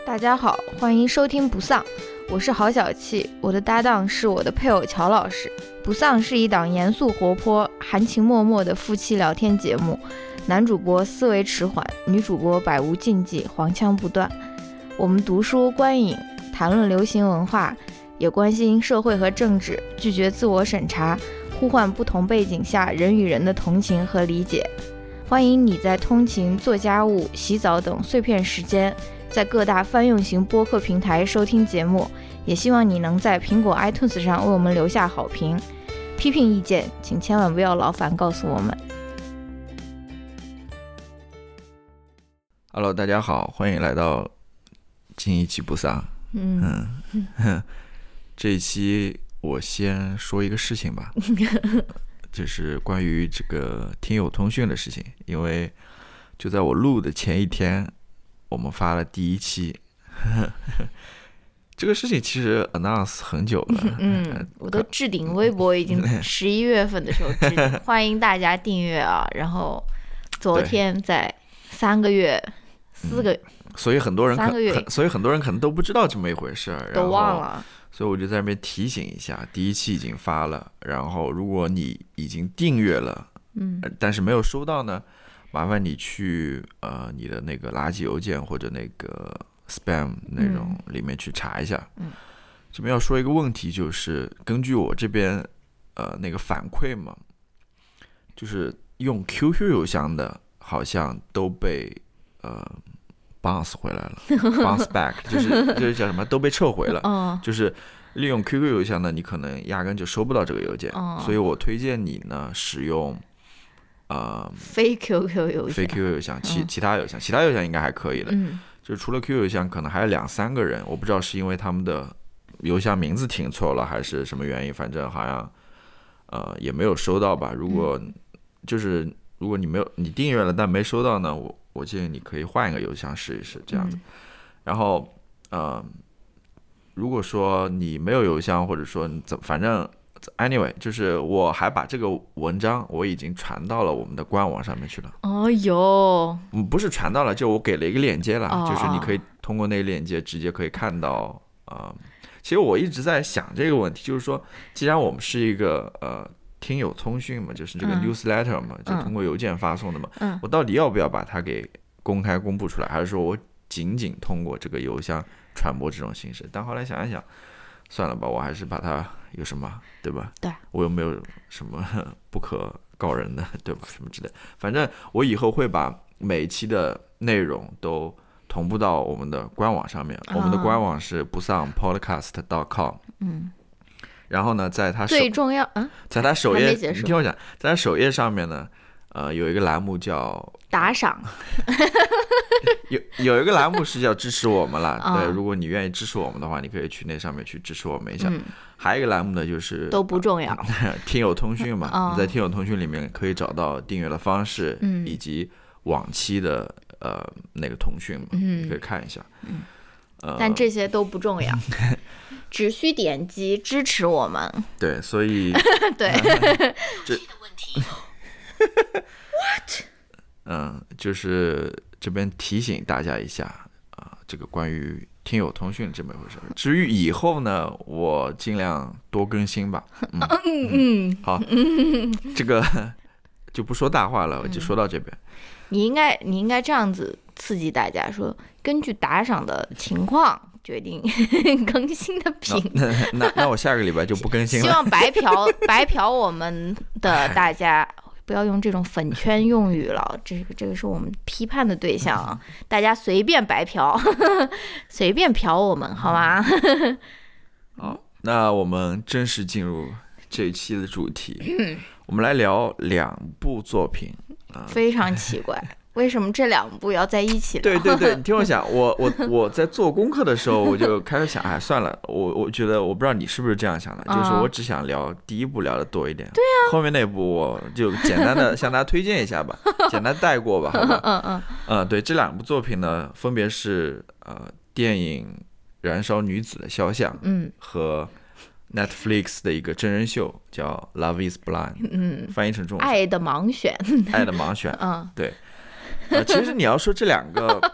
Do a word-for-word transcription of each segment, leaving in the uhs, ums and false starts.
大家好，欢迎收听不丧，我是郝小气，我的搭档是我的配偶乔老师。不丧是一档严肃活泼、含情脉脉的夫妻聊天节目，男主播思维迟缓，女主播百无禁忌，黄腔不断。我们读书观影，谈论流行文化，也关心社会和政治，拒绝自我审查，呼唤不同背景下人与人的同情和理解。欢迎你在通勤、做家务、洗澡等碎片时间，在各大泛用型播客平台收听节目，也希望你能在苹果 iTunes 上为我们留下好评。批评意见请千万不要劳烦告诉我们。 Hello， 大家好，欢迎来到新一期不丧。嗯嗯，这一期我先说一个事情吧就是关于这个听友通讯的事情，因为就在我录的前一天我们发了第一期这个事情其实 announce 很久了， 嗯，我都置顶微博已经十一月份的时候置顶欢迎大家订阅啊，然后昨天在三个月四个、嗯、 所以很多人三个月所以很多人可能都不知道这么一回事， 都忘了， 所以我就在那边提醒一下，第一期已经发了，然后如果你已经订阅了，嗯，但是没有收到呢，麻烦你去呃你的那个垃圾邮件或者那个 spam 那种里面去查一下。嗯，这边要说一个问题，就是根据我这边呃那个反馈嘛，就是用 Q Q 邮箱的好像都被呃 bounce 回来了bounce back 就是就是叫什么都被撤回了。哦，就是利用 Q Q 邮箱呢，你可能压根就收不到这个邮件。哦，所以我推荐你呢使用呃非 Q Q 邮箱， 非 Q Q 邮箱，其其他邮箱，其他邮箱应该还可以的。嗯，就是除了 Q Q 邮箱，可能还有两三个人，我不知道是因为他们的邮箱名字听错了，还是什么原因，反正好像呃也没有收到吧。如果、嗯、就是如果你没有你订阅了但没收到呢，我我建议你可以换一个邮箱试一试，这样子。嗯、然后呃，如果说你没有邮箱，或者说你怎反正。anyway， 就是我还把这个文章我已经传到了我们的官网上面去了。 哦哟， 不是传到了，就我给了一个链接了。哦，就是你可以通过那个链接直接可以看到。呃，其实我一直在想这个问题，就是说，既然我们是一个呃听友通讯嘛，就是这个 newsletter 嘛，嗯、就通过邮件发送的嘛，嗯，我到底要不要把它给公开公布出来，还是说我仅仅通过这个邮箱传播这种形式？但后来想一想，算了吧，我还是把它。有什么对吧？ 对， 我又没有什么不可告人的，对吧？什么之类，反正我以后会把每一期的内容都同步到我们的官网上面。哦、我们的官网是不丧 podcast dot com。嗯，然后呢，在它最重要啊， 在它首页，你听我讲，在它首页上面呢，呃，有一个栏目叫打赏。 有有一个栏目是叫支持我们啦，哦、对，如果你愿意支持我们的话，你可以去那上面去支持我们一下。嗯、还有一个栏目呢，就是都不重要， 听友通讯嘛。哦、你在听友通讯里面可以找到订阅的方式，嗯、以及往期的呃那个通讯嘛，嗯、你可以看一下。 嗯呃、但这些都不重要，只需点击支持我们。 对，所以对， 这 What？ 嗯，就是这边提醒大家一下啊，这个关于听友通讯这么一回事。至于以后呢，我尽量多更新吧。嗯嗯，嗯好，嗯、这个就不说大话了，我就说到这边。 你应该你应该这样子刺激大家说，根据打赏的情况决定更新的频率。 那那那我下个礼拜就不更新了。 希望白嫖白嫖我们的大家。不要用这种粉圈用语了，这个这个是我们批判的对象啊！大家随便白嫖，随便嫖我们，好吗？ 好，那我们正式进入这一期的主题，嗯、我们来聊两部作品啊， 非常奇怪。为什么这两部要在一起聊？ 对对对，你听我讲，我我我在做功课的时候，我就开始想，哎，算了，我我觉得我不知道你是不是这样想的，就是我只想聊第一部聊的多一点， 对啊， 后面那部我就简单的向大家推荐一下吧，简单带过吧，好吧，嗯嗯嗯，对，这两部作品呢，分别是呃电影《燃烧女子的肖像》嗯和Netflix 的一个真人秀叫 Love is Blind， 嗯，翻译成中文爱的盲选， 爱的盲选，嗯，对。呃，其实你要说这两个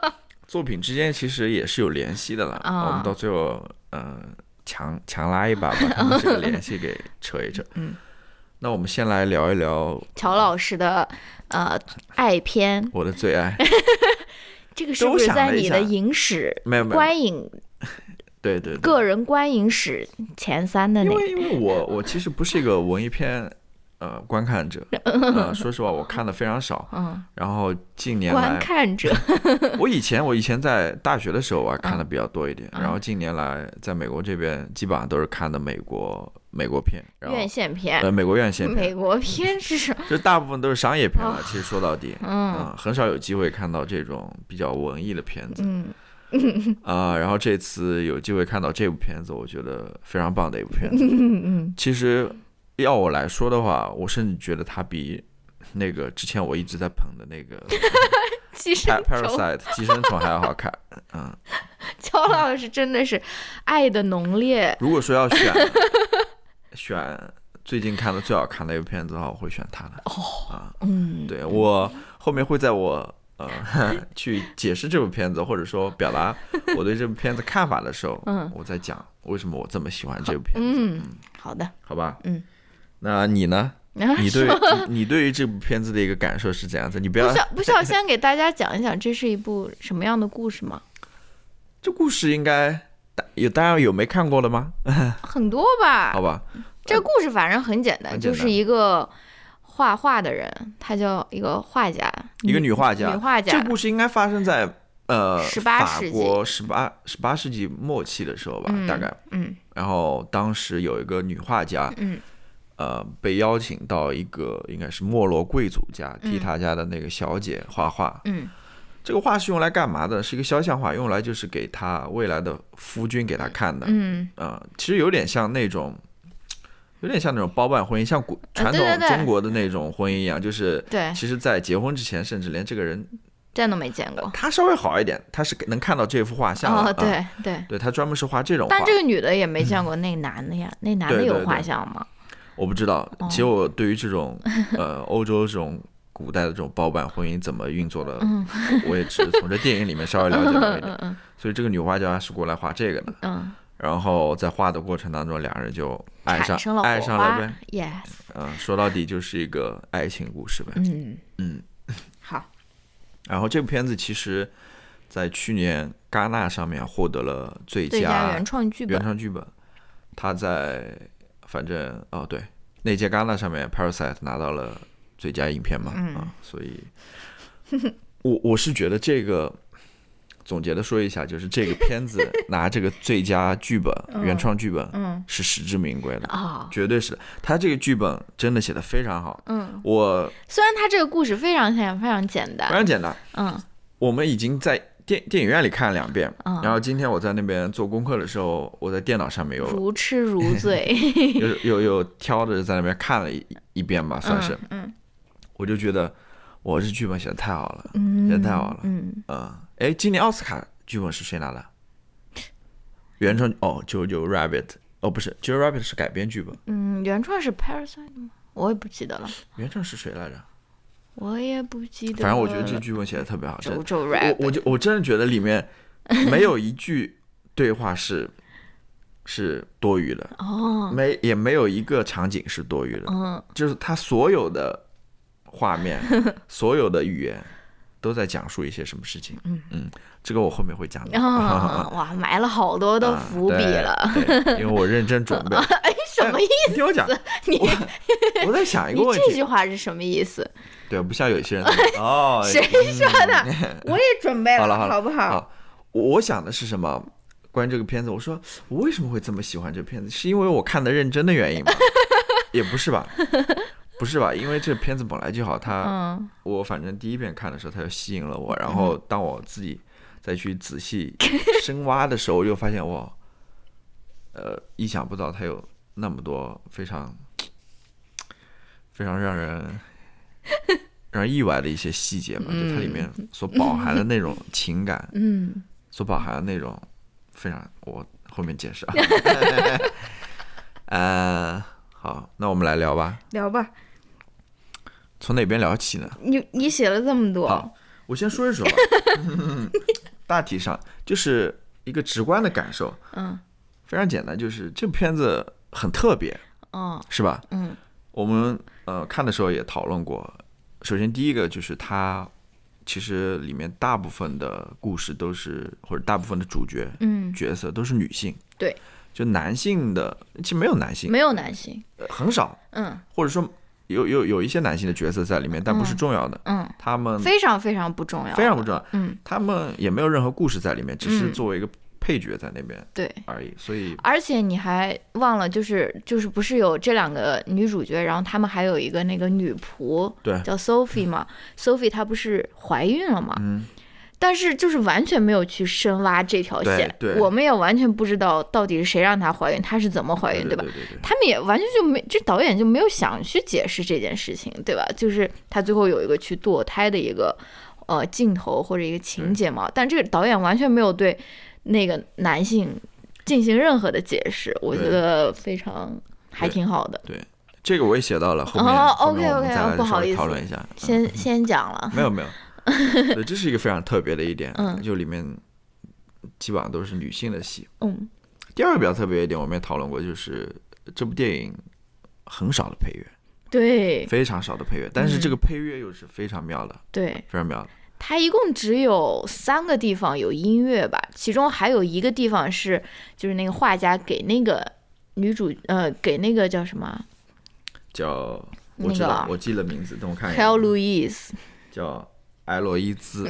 作品之间其实也是有联系的了。 哦、 我们到最后，嗯、呃，强强拉一把，把他们这个联系给扯一扯。 嗯， 那我们先来聊一聊乔老师的呃爱片， 我的最爱。 这个是不是在你的影史观影？ 对对对， 个人观影史前三的那个。 因为因为我我其实不是一个文艺片呃观看者，呃，说实话我看的非常少。嗯。然后近年来观看者， 我以前我以前在大学的时候我还看的比较多一点，嗯、然后近年来在美国这边基本上都是看的美国美国片， 院线片。 呃，美国院线片。 美国片是什么？ 这大部分都是商业片了，哦、其实说到底， 嗯、 呃，很少有机会看到这种比较文艺的片子。 嗯。 啊、呃，然后这次有机会看到这部片子，我觉得非常棒的一部片子。 嗯， 其实要我来说的话，我甚至觉得它比那个之前我一直在捧的那个寄生虫 Parasite 寄生虫还要好看。嗯， 乔老师真的是爱的浓烈。 如果说要选选最近看的最好看的一部片子的话，我会选它的。 哦， 啊， 嗯， 对，我后面会在我。呃，去解释这部片子，或者说表达我对这部片子看法的时候， 嗯， 我在讲为什么我这么喜欢这部片子。 嗯，好的， 好吧， 嗯， 那你呢？你对你你对于这部片子的一个感受是怎样子？你不要不需要不需要先给大家讲一讲这是一部什么样的故事吗？ 这故事应该有大家有没看过的吗？ 很多吧。 好吧， 这个故事反正很简单， 很简单就是一个。画画的人，他叫一个画家， 一个女画家。 女画家。 这个故事应该发生在呃十八世纪， 法国十八十八世纪末期的时候吧， 嗯、 大概。 嗯。 然后当时有一个女画家， 嗯， 呃，被邀请到一个应该是没落贵族家，替他家的那个小姐画画。 嗯。 这个画是用来干嘛的？是一个肖像画，用来就是给他未来的夫君给他看的。 嗯。 啊、呃，其实有点像那种。有点像那种包办婚姻，像古传统中国的那种婚姻一样，就是对， 其实在结婚之前，甚至连这个人见都没见过。 他稍微好一点，他是能看到这幅画像的。 哦，对、 啊、 对对，他专门是画这种画。 但这个女的也没见过那男的呀，嗯、那男的有画像吗？ 对对对，我不知道。其实我对于这种、哦、呃欧洲这种古代的这种包办婚姻怎么运作的， 嗯、 我也只是从这电影里面稍微了解到一点。 嗯嗯、 所以这个女画家是过来画这个的。 嗯。 然后在画的过程当中，两人就爱上了爱上了呗。 Yes。 嗯，说到底就是一个爱情故事呗。 嗯嗯， 好。 然后这部片子其实，在去年戛纳上面获得了最佳最佳原创剧本。 原创剧本，他在反正哦对，那届戛纳上面 Parasite 拿到了最佳影片嘛。 嗯、 啊，所以我我是觉得这个。总结的说一下，就是这个片子拿这个最佳剧本、 嗯、 原创剧本， 嗯， 是实至名归的啊、哦， 绝对是的。他这个剧本真的写的非常好， 嗯， 我虽然他这个故事非常简非常简单， 非常简单， 嗯， 我们已经在电电影院里看了两遍， 嗯， 然后今天我在那边做功课的时候，我在电脑上面有如痴如醉， 有有有挑着在那边看了一一遍吧，算是， 嗯，嗯我就觉得我这剧本写的太好了， 嗯， 写的太好了， 嗯， 嗯，哎，今年奥斯卡剧本是谁拿的？原创哦 ，Jojo Rabbit 哦，不是 ，Jojo Rabbit 是改编剧本。 嗯，原创是 Parasite 吗？我也不记得了。 原创是谁来着？ 我也不记得了。 反正我觉得这剧本写的特别好。 Jojo Rabbit， 我我就我真的觉得里面没有一句对话是是多余的哦， 没也没有一个场景是多余的。 嗯， 就是他所有的画面，所有的语言。都在讲述一些什么事情， 嗯嗯，这个我后面会讲的。 哦、哇，埋了好多的伏笔了， 啊、对对因为我认真准备。 哎，什么意思？ 你听我讲， 你我, 我在想一个问题， 你这句话是什么意思？ 对，不像有些人哦， 谁说的？嗯、我也准备了， 好了好了， 好不好？ 好，我想的是什么？关于这个片子，我说我为什么会这么喜欢这个片子？是因为我看的认真的原因吗？也不是吧。不是吧？因为这片子本来就好，它、 嗯、 我反正第一遍看的时候，它就吸引了我。然后当我自己再去仔细深挖的时候，又发现哇，呃，意想不到它有那么多非常非常让人让人意外的一些细节嘛， 嗯、 就它里面所饱含的那种情感， 嗯， 所饱含的那种非常，我后面解释啊。呃，好，那我们来聊吧， 聊吧。 从哪边聊起呢？ 你你写了这么多， 好，我先说一说吧。 大体上就是一个直观的感受， 嗯， 非常简单，就是这部片子很特别， 嗯， 是吧？ 嗯， 我们呃看的时候也讨论过。首先第一个就是它其实里面大部分的故事都是，或者大部分的主角、 嗯、 角色都是女性， 对， 就男性的其实没有男性， 没有男性， 呃、很少， 嗯， 或者说有有有一些男性的角色在里面，但不是重要的， 嗯， 他们非常非常不重要， 非常不重要， 嗯， 他们也没有任何故事在里面，只是作为一个配角在那边， 对而已，所以而且你还忘了，就是就是不是有这两个女主角，然后他们还有一个那个女仆， 对， 叫 Sophie 嘛、嗯、，Sophie 她不是怀孕了嘛， 嗯， 但是就是完全没有去深挖这条线， 对对， 我们也完全不知道到底是谁让她怀孕，她是怎么怀孕， 对, 对吧？ 对, 对, 对, 对， 他们也完全就没，这导演就没有想去解释这件事情，对吧？就是他最后有一个去堕胎的一个呃镜头或者一个情节嘛，但这个导演完全没有对那个男性进行任何的解释，我觉得非常还挺好的。 对，对这个我也写到了后面。 哦 ，OK OK， 不好意思， 讨论一下， 先、 嗯、 先讲了。 没有没有，对，这是一个非常特别的一点， 嗯， 就里面基本上都是女性的戏。 嗯， 第二个比较特别一点，我们也讨论过，就是这部电影很少的配乐， 对， 非常少的配乐，但是这个配乐又是非常妙的， 对、 嗯，非常妙的。 它一共只有三个地方有音乐吧，其中还有一个地方是，就是那个画家给那个女主，呃，给那个叫什么？ 叫我知道，那个、我记了名字，等我看一下。 Hell Louise， 叫埃洛伊兹。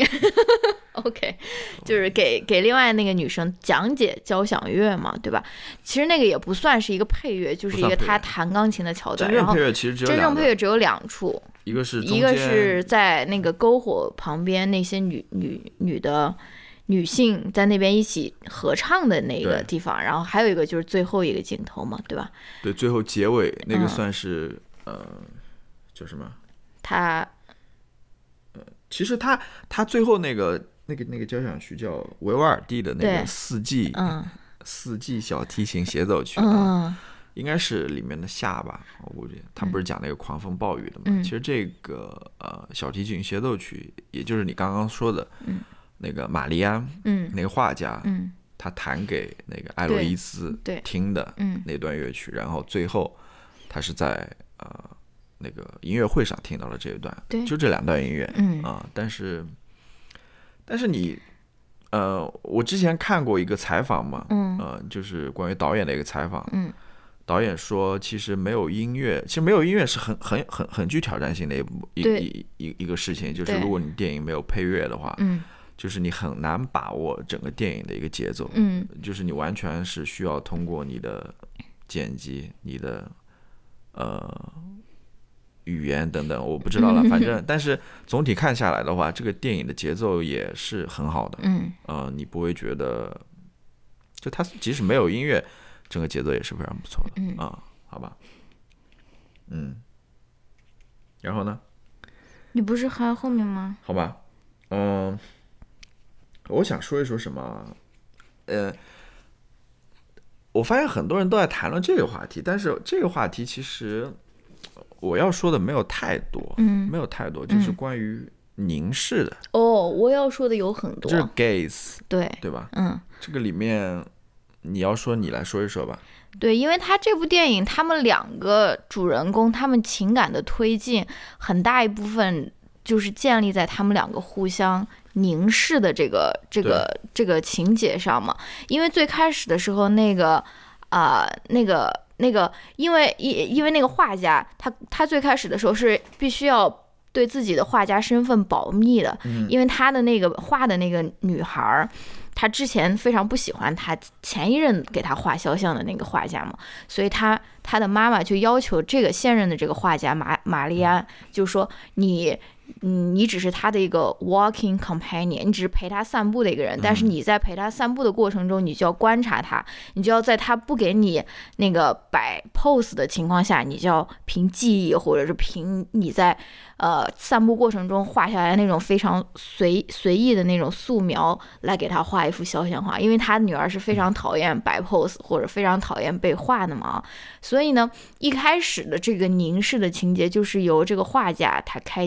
OK， 就是给给另外那个女生讲解交响乐嘛，对吧？其实那个也不算是一个配乐，就是一个她弹钢琴的桥段。 真正配乐其实只有真正配乐只有两处， 一个是一个是在那个篝火旁边那些女女女的女性在那边一起合唱的那个地方，然后还有一个就是最后一个镜头嘛，对吧？ 对，最后结尾那个算是、嗯、呃叫什么？ 他呃，其实他他最后那个。那个那个交响曲叫维瓦尔第的那个四季， 嗯， 四季小提琴协奏曲、啊， 嗯， 应该是里面的下吧，我估计他不是讲那个狂风暴雨的嘛。 嗯、 其实这个呃小提琴协奏曲，也就是你刚刚说的， 嗯， 那个玛丽安， 嗯， 那个画家， 嗯， 他弹给那个艾洛伊斯听的那段乐曲，然后最后他是在呃那个音乐会上听到了这一段， 对， 就这两段音乐， 嗯啊，但是。但是你，呃，我之前看过一个采访嘛， 嗯， 呃，就是关于导演的一个采访， 嗯， 导演说，其实没有音乐，其实没有音乐是很很很很具挑战性的一部一一一一个事情，就是如果你电影没有配乐的话， 嗯， 就是你很难把握整个电影的一个节奏， 嗯， 就是你完全是需要通过你的剪辑，你的呃。语言等等我不知道了，反正但是总体看下来的话，这个电影的节奏也是很好的， 嗯， 呃，你不会觉得，就它即使没有音乐，整个节奏也是非常不错的， 嗯啊、呃，好吧，嗯，然后呢？ 你不是还后面吗？ 好吧，嗯、呃，我想说一说什么，呃，我发现很多人都在谈论这个话题，但是这个话题其实。我要说的没有太多， 嗯， 没有太多，就是关于凝视的。 哦，我要说的有很多， 就是 gaze， 对， 对吧？ 嗯， 这个里面你要说，你来说一说吧。 对，因为他这部电影，他们两个主人公，他们情感的推进，很大一部分就是建立在他们两个互相凝视的这个这个这个情节上嘛。因为最开始的时候，那个啊、呃，那个。那个，因为因因为那个画家，他他最开始的时候是必须要对自己的画家身份保密的， 嗯、 因为他的那个画的那个女孩，他之前非常不喜欢他前一任给他画肖像的那个画家嘛，所以他他的妈妈就要求这个现任的这个画家玛玛丽安，就说你。嗯，你只是他的一个 walking companion， 你只是陪他散步的一个人，但是你在陪他散步的过程中，你就要观察他，你就要在他不给你那个摆 pose 的情况下，你就要凭记忆或者是凭你在呃散步过程中画下来那种非常随随意的那种素描来给他画一幅肖像画，因为他女儿是非常讨厌摆 pose 或者非常讨厌被画的嘛，所以呢，一开始的这个凝视的情节就是由这个画家他开启的，因为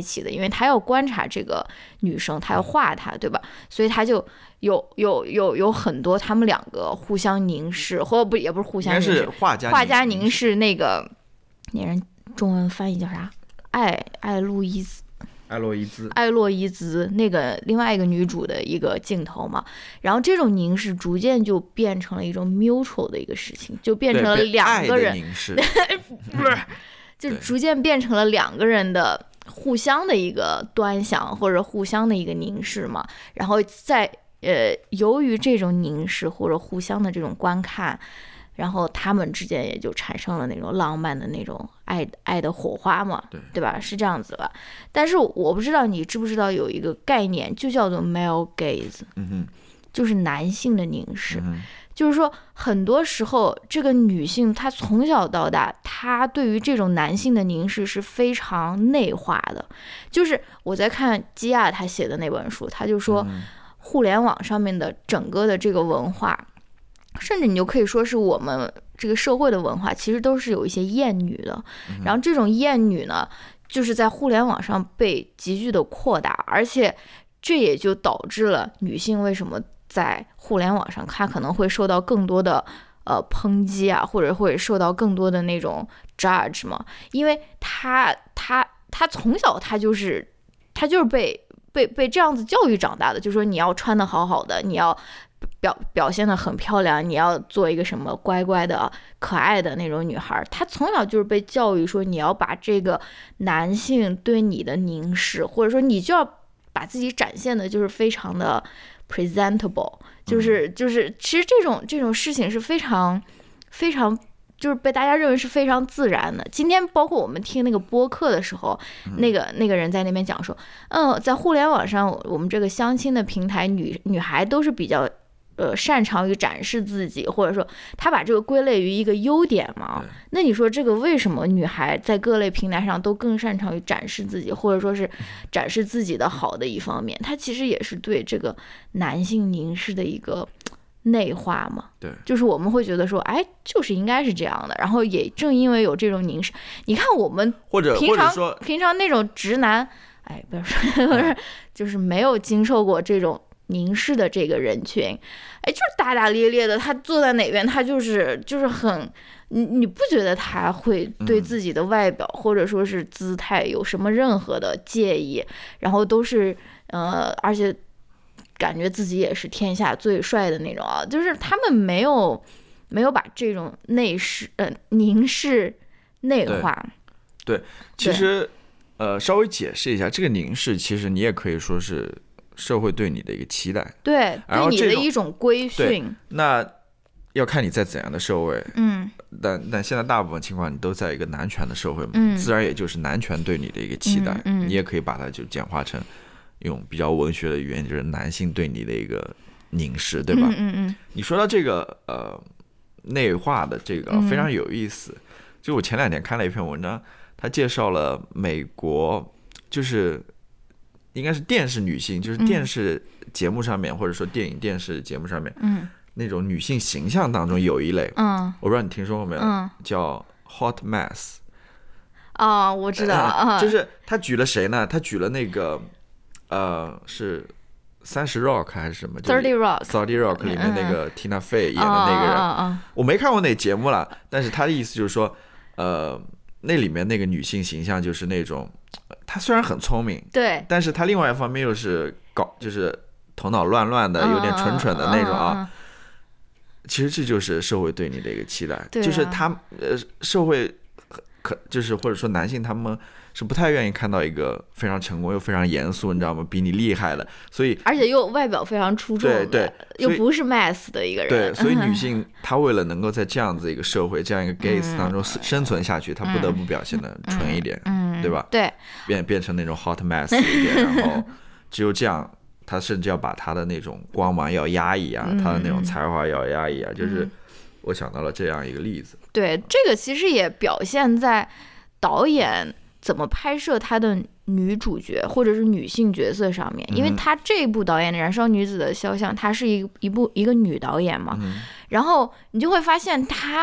为他要观察这个女生，他要画她，对吧？所以他就有有有有很多他们两个互相凝视，或不也不是互相凝视， 是画家画家凝视那个那人中文翻译叫啥？艾艾路伊斯。 艾洛伊兹， 艾洛伊兹那个另外一个女主的一个镜头嘛，然后这种凝视逐渐就变成了一种 mutual 的一个事情，就变成了两个人凝视不是，就逐渐变成了两个人的互相的一个端详或者互相的一个凝视嘛，然后在呃由于这种凝视或者互相的这种观看，然后他们之间也就产生了那种浪漫的那种爱爱的火花嘛， 对, 对吧？是这样子吧？但是我不知道你知不知道有一个概念，就叫做 male gaze， 嗯哼， 就是男性的凝视。 嗯， 就是说，很多时候这个女性她从小到大，她对于这种男性的凝视是非常内化的。就是我在看基亚他写的那本书，他就说，互联网上面的整个的这个文化。甚至你就可以说是我们这个社会的文化其实都是有一些厌女的，然后这种厌女呢就是在互联网上被急剧的扩大，而且这也就导致了女性为什么在互联网上她可能会受到更多的呃抨击啊，或者会受到更多的那种 judge 嘛，因为她她她从小她就是她就是被被被这样子教育长大的，就是说你要穿得好好的，你要表表现得很漂亮，你要做一个什么乖乖的可爱的那种女孩。她从小就是被教育说你要把这个男性对你的凝视，或者说你就要把自己展现的就是非常的 presentable， 就是就是其实这种这种事情是非常非常就是被大家认为是非常自然的。今天包括我们听那个播客的时候，那个那个人在那边讲说，嗯，在互联网上我们这个相亲的平台，女女孩都是比较呃，擅长于展示自己，或者说他把这个归类于一个优点嘛？那你说这个为什么女孩在各类平台上都更擅长于展示自己，或者说是展示自己的好的一方面？它其实也是对这个男性凝视的一个内化嘛。 对， 就是我们会觉得说，哎，就是应该是这样的。然后也正因为有这种凝视，你看我们或者平常或者说平常那种直男，哎，不要说，不是，就是没有经受过这种凝视的这个人群，哎，就是大大咧咧的，他坐在哪边，他就是就是很，你你不觉得他会对自己的外表、嗯、或者说是姿态有什么任何的介意，然后都是呃，而且感觉自己也是天下最帅的那种啊，就是他们没有没有把这种内视呃凝视内化。 对，对其实呃稍微解释一下，这个凝视其实你也可以说是社会对你的一个期待， 对，对你的一种规训。 那要看你在怎样的社会， 嗯， 但但现在大部分情况你都在一个男权的社会嘛， 嗯， 自然也就是男权对你的一个期待， 嗯嗯， 你也可以把它就简化成用比较文学的语言，就是男性对你的一个凝视，对吧？ 嗯嗯嗯。 你说到这个呃内化的这个非常有意思，嗯，就我前两天看了一篇文章，它介绍了美国就是应该是电视女性，就是电视节目上面，嗯，或者说电影电视节目上面， 嗯， 那种女性形象当中有一类， 嗯， 我不知道你听说过没有， 嗯， 叫 hot mess。 哦，我知道， 呃，就是他举了谁呢？他举了那个呃是三十 Rock 还是什么 ？Thirty Rock，Thirty Rock 里面那个 Tina Fey 演的那个人， 嗯嗯， 我没看过那节目了，但是他的意思就是说，呃，那里面那个女性形象就是那种，她虽然很聪明， 对， 但是她另外一方面又是搞，就是头脑乱乱的，有点蠢蠢的那种啊。 嗯嗯嗯， 其实这就是社会对你的一个期待， 啊， 就是他呃社会可就是或者说男性他们是不太愿意看到一个非常成功又非常严肃，你知道吗？比你厉害的，所以而且又外表非常出众的， 对对， 又不是 mass 的一个人， 对，所以女性她为了能够在这样子一个社会、这样一个 gaze 当中生存下去，她不得不表现的纯一点， 嗯， 对吧？ 对， 变变成那种 hot mess 一点，然后只有这样，她甚至要把她的那种光芒要压抑啊，她的那种才华要压抑啊，就是我想到了这样一个例子。 对，这个其实也表现在导演怎么拍摄他的女主角或者是女性角色上面，因为他这部导演的《燃烧女子的肖像》，她是一一部一个女导演嘛， 嗯， 然后你就会发现她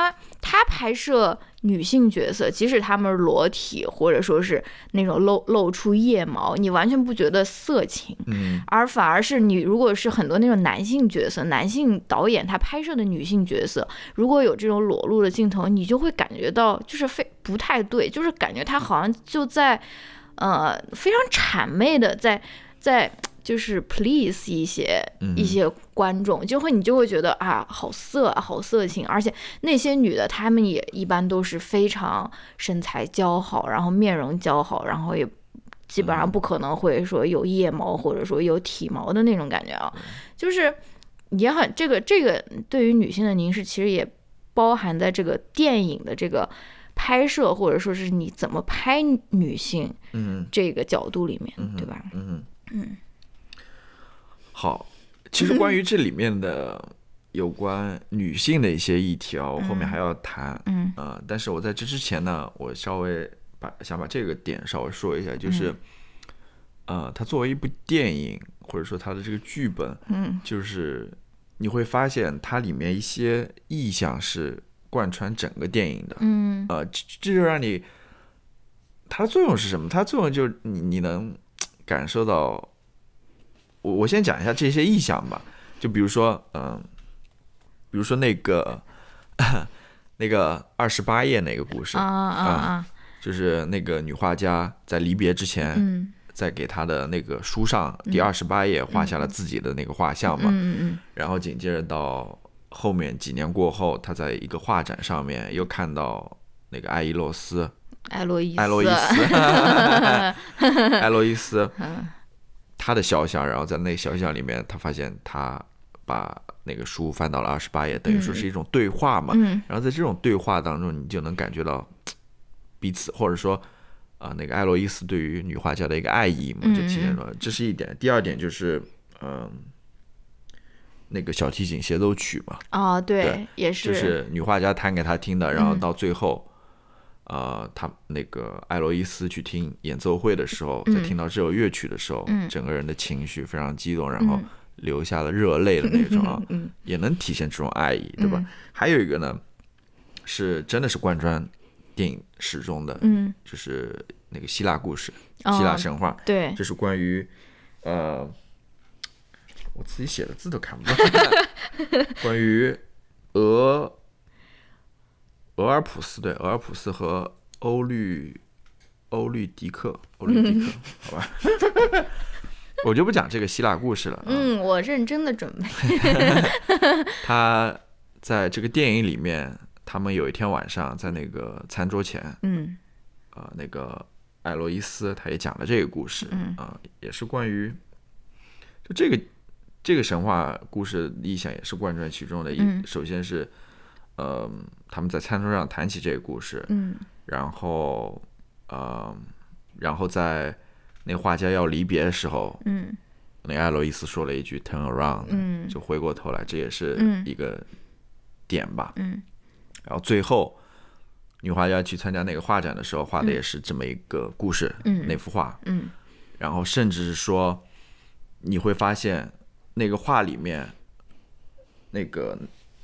他拍摄女性角色，即使他们裸体或者说是那种露露出腋毛，你完全不觉得色情， 嗯， 而反而是你如果是很多那种男性角色，男性导演他拍摄的女性角色，如果有这种裸露的镜头，你就会感觉到就是非不太对，就是感觉他好像就在呃非常谄媚的在在。就是 please 一些、嗯、一些观众，就会你就会觉得啊，好色啊，好色情，而且那些女的，她们也一般都是非常身材姣好，然后面容姣好，然后也基本上不可能会说有腋毛或者说有体毛的那种感觉啊，就是也很这个这个对于女性的凝视，其实也包含在这个电影的这个拍摄或者说是你怎么拍女性这个角度里面， 嗯、 对吧？ 嗯嗯。 好，其实关于这里面的有关女性的一些议题啊，我后面还要谈， 嗯， 呃，但是我在这之前呢，我稍微把想把这个点稍微说一下，就是，嗯、呃，它作为一部电影，或者说它的这个剧本， 嗯， 就是你会发现它里面一些意象是贯穿整个电影的， 嗯， 呃，这这就让你，它的作用是什么？它的作用就是你你能感受到。我我先讲一下这些意象吧，就比如说，嗯、呃，比如说那个那个二十八页那个故事啊啊啊， 就是那个女画家在离别之前， 嗯， 在给她的那个书上第二十八页画下了自己的那个画像嘛， 嗯嗯， 然后紧接着到后面几年过后，她在一个画展上面又看到那个爱伊洛斯， 艾洛伊斯， 艾洛伊斯，艾洛伊斯。他的肖像，然后在那个肖像里面，他发现他把那个书翻到了二十八页，等于说是一种对话嘛。 嗯、 然后在这种对话当中，你就能感觉到彼此，或者说啊、呃，那个艾洛伊斯对于女画家的一个爱意嘛，就体现出来。这是一点。第二点就是，嗯、呃，那个小提琴协奏曲嘛。 啊、哦，对， 对， 也是， 就是女画家弹给他听的，然后到最后。嗯呃，他那个艾洛伊斯去听演奏会的时候， 嗯、 在听到这首乐曲的时候、 嗯， 整个人的情绪非常激动，然后流下了热泪的那种啊， 嗯、 也能体现这种爱意，对吧？ 嗯、 还有一个呢，是真的是贯穿电影始终的， 嗯， 就是那个希腊故事、 哦、 希腊神话， 对， 这是关于呃，我自己写的字都看不到，关于俄。俄尔普斯对，俄尔普斯和欧律欧律狄克，欧律狄克，好吧，我就不讲这个希腊故事了。 嗯，我认真的准备。 他在这个电影里面，他们有一天晚上在那个餐桌前， 嗯， 呃，那个艾洛伊斯他也讲了这个故事， 嗯啊、呃，也是关于就这个这个神话故事意象也是贯穿其中的。 嗯、 首先是。呃，他们在餐桌上谈起这个故事， 嗯， 然后，呃，然后在那个画家要离别的时候， 嗯， 那个艾洛伊斯说了一句 "turn around"， 嗯， 就回过头来，这也是一个点吧， 嗯， 然后最后女画家去参加那个画展的时候，画的也是这么一个故事， 嗯， 那幅画， 嗯， 然后甚至是说，你会发现那个画里面那个。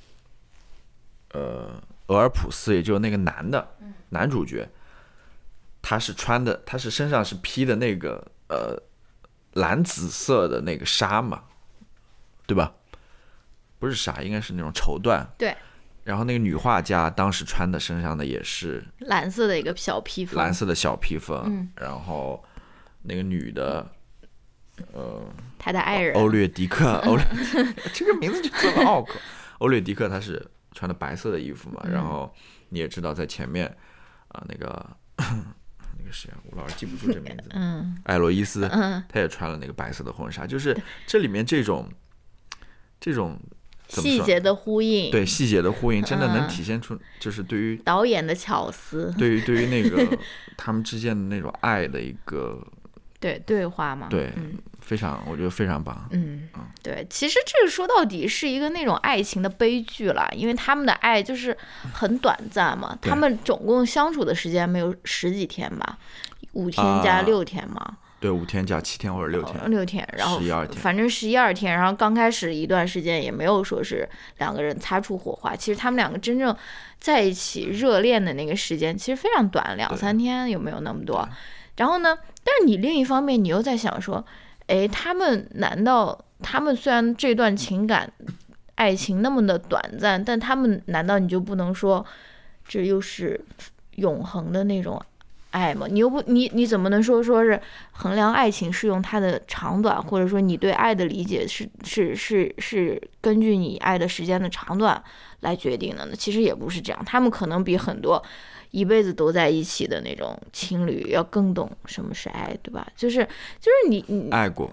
呃，俄尔普斯，也就是那个男的，男主角，他是穿的，他是身上是披的那个呃蓝紫色的那个纱嘛，对吧？不是纱，应该是那种绸缎。 对。 然后那个女画家当时穿的身上的也是蓝色的一个小披风， 蓝色的小披风。 嗯。 然后那个女的，呃， 他的爱人欧略狄克，欧略这个名字就这么拗口。欧略狄克他是。穿的白色的衣服嘛，然后你也知道在前面啊、呃，那个那个谁啊，我老是记不住这名字， 嗯， 艾洛伊斯， 嗯， 他也穿了那个白色的婚纱，就是这里面这种这种细节的呼应， 对细节的呼应，真的能体现出，就是对于导演的巧思， 对于对于那个他们之间的那种爱的一个对对话嘛， 对。 嗯非常，我觉得非常棒。 嗯，对，其实这个说到底是一个那种爱情的悲剧了，因为他们的爱就是很短暂嘛，他们总共相处的时间没有十几天吧，五天加六天嘛。 对，五天加七天或者六天， 哦、六天，然后十一二天， 反正十一二天。然后刚开始一段时间也没有说是两个人擦出火花，其实他们两个真正在一起热恋的那个时间其实非常短，两三天有没有那么多。然后呢，但是你另一方面你又在想说，哎，他们难道他们虽然这段情感爱情那么的短暂，但他们难道你就不能说这又是永恒的那种爱吗？你又不你你怎么能说说是衡量爱情是用它的长短，或者说你对爱的理解是是是是根据你爱的时间的长短来决定的呢？其实也不是这样，他们可能比很多一辈子都在一起的那种情侣要更懂什么是爱，对吧？就是就是你你爱过，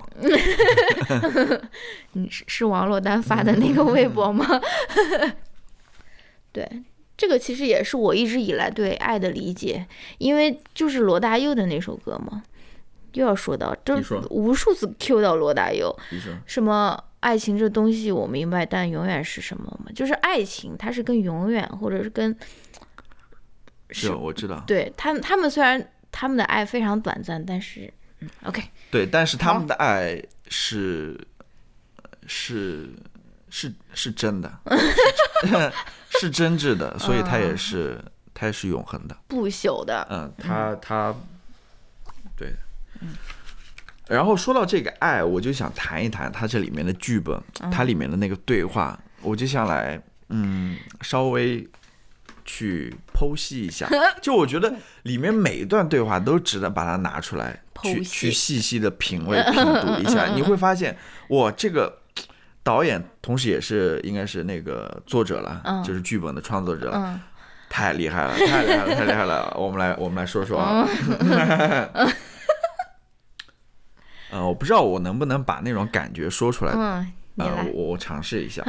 你是是王珞丹发的那个微博吗？对。这个其实也是我一直以来对爱的理解，因为就是罗大佑的那首歌嘛，又要说到，这无数次 Q 到罗大佑，什么爱情这东西我明白，但永远是什么嘛？就是爱情，它是跟永远或者是跟， 是我知道， 对他们，他们虽然他们的爱非常短暂，但是，嗯 ，OK， 对，但是他们的爱是是是是真的。是真挚的，所以它也是、嗯、它也是永恒的， 不朽的。 嗯，它它对。嗯。然后说到这个爱，我就想谈一谈它这里面的剧本，嗯、它里面的那个对话，我就想来嗯稍微去剖析一下。就我觉得里面每一段对话都值得把它拿出来去去细细的品味品读一下，你会发现哇，这个。导演同时也是应该是那个作者了、嗯、就是剧本的创作者了、嗯、太厉害了太厉害了太厉害了我们来我们来说说啊、嗯呃、我不知道我能不能把那种感觉说出来、嗯呃、我我尝试一下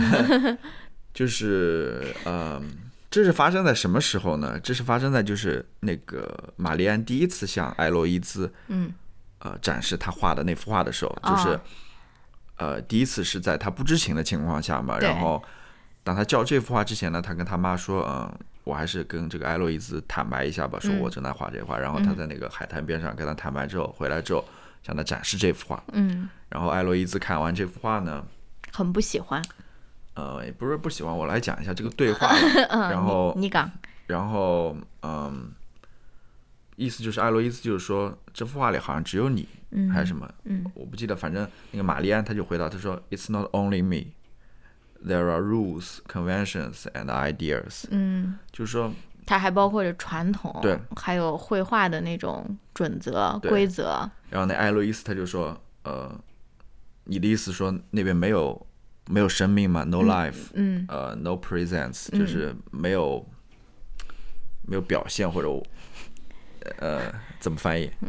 就是呃这是发生在什么时候呢？这是发生在就是那个玛丽安第一次向艾洛伊兹嗯呃展示她画的那幅画的时候、哦、就是呃，第一次是在他不知情的情况下嘛，然后当他叫这幅画之前呢，他跟他妈说，嗯，我还是跟这个艾洛伊兹坦白一下吧，说我正在画这画、嗯，然后他在那个海滩边上跟他坦白之后，回来之后向他展示这幅画，嗯，然后艾洛伊兹看完这幅画呢， 很不喜欢， 呃，也不是不喜欢，我来讲一下这个对话，嗯、然后你讲， 然后嗯，意思就是艾洛伊兹就是说这幅画里好像只有你。嗯、还是什么、嗯、我不记得，反正那个玛丽安他就回答他说 It's not only me, there are rules, conventions and ideas 嗯，就是说它还包括着传统， 对， 还有绘画的那种准则规则。 然后那艾洛伊斯他就说呃，你的意思说那边没有没有生命吗？ No life 嗯, 嗯呃 no presence 就是没有、嗯、没有表现，或者呃怎么翻译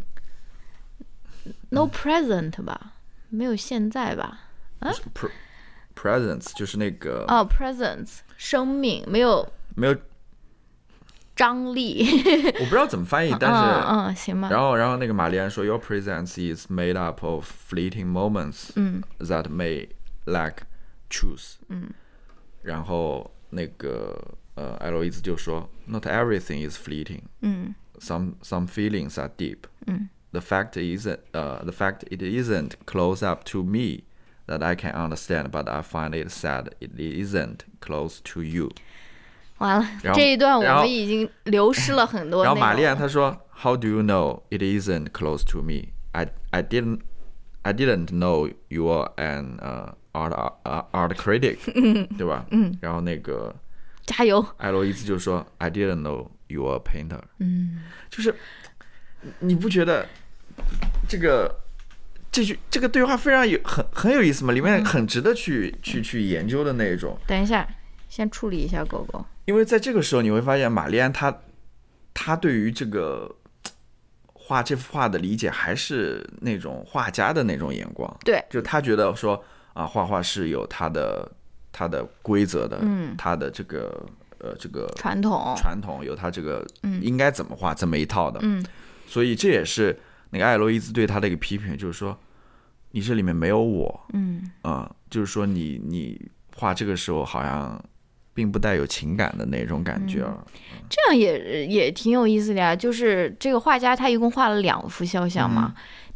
No present 吧，没有现在吧？啊 ，presence 就是那个哦 ，presence 生命没有没有张力， 我不知道怎么翻译，但是嗯嗯行吧。 然后然后那个玛丽安说 ，Your presence is made up of fleeting moments 嗯 that may lack truth 嗯，然后那个呃艾洛伊兹就说 ，Not everything is fleeting 嗯 ，some some feelings are deep 嗯。The fact isn't, uh, the fact it isn't close up to me that I can understand, but I find it sad it isn't close to you. 完了，这一段我们已经流失了很多。 然后玛丽安她说 ，How do you know it isn't close to me? I I didn't I didn't know you were an uh, art uh, art critic， 对吧？嗯。然后那个加油， 艾洛伊兹就说 I didn't know you were a painter。嗯，就是你不觉得？这个这句这个对话非常有很很有意思嘛，里面很值得去、嗯、去去研究的那种。 等一下，先处理一下狗狗。 因为在这个时候你会发现，玛丽安她她对于这个画这幅画的理解还是那种画家的那种眼光。 对， 就她觉得说啊，画画是有它的它的规则的，嗯，它的这个呃这个传统传统有它这个应该怎么画、嗯、这么一套的，嗯，所以这也是。那个艾洛伊兹对他的一个批评就是说，你这里面没有我，嗯，呃、就是说你你画这个时候好像并不带有情感的那种感觉、嗯嗯、这样也也挺有意思的呀。就是这个画家他一共画了两幅肖像嘛，嗯、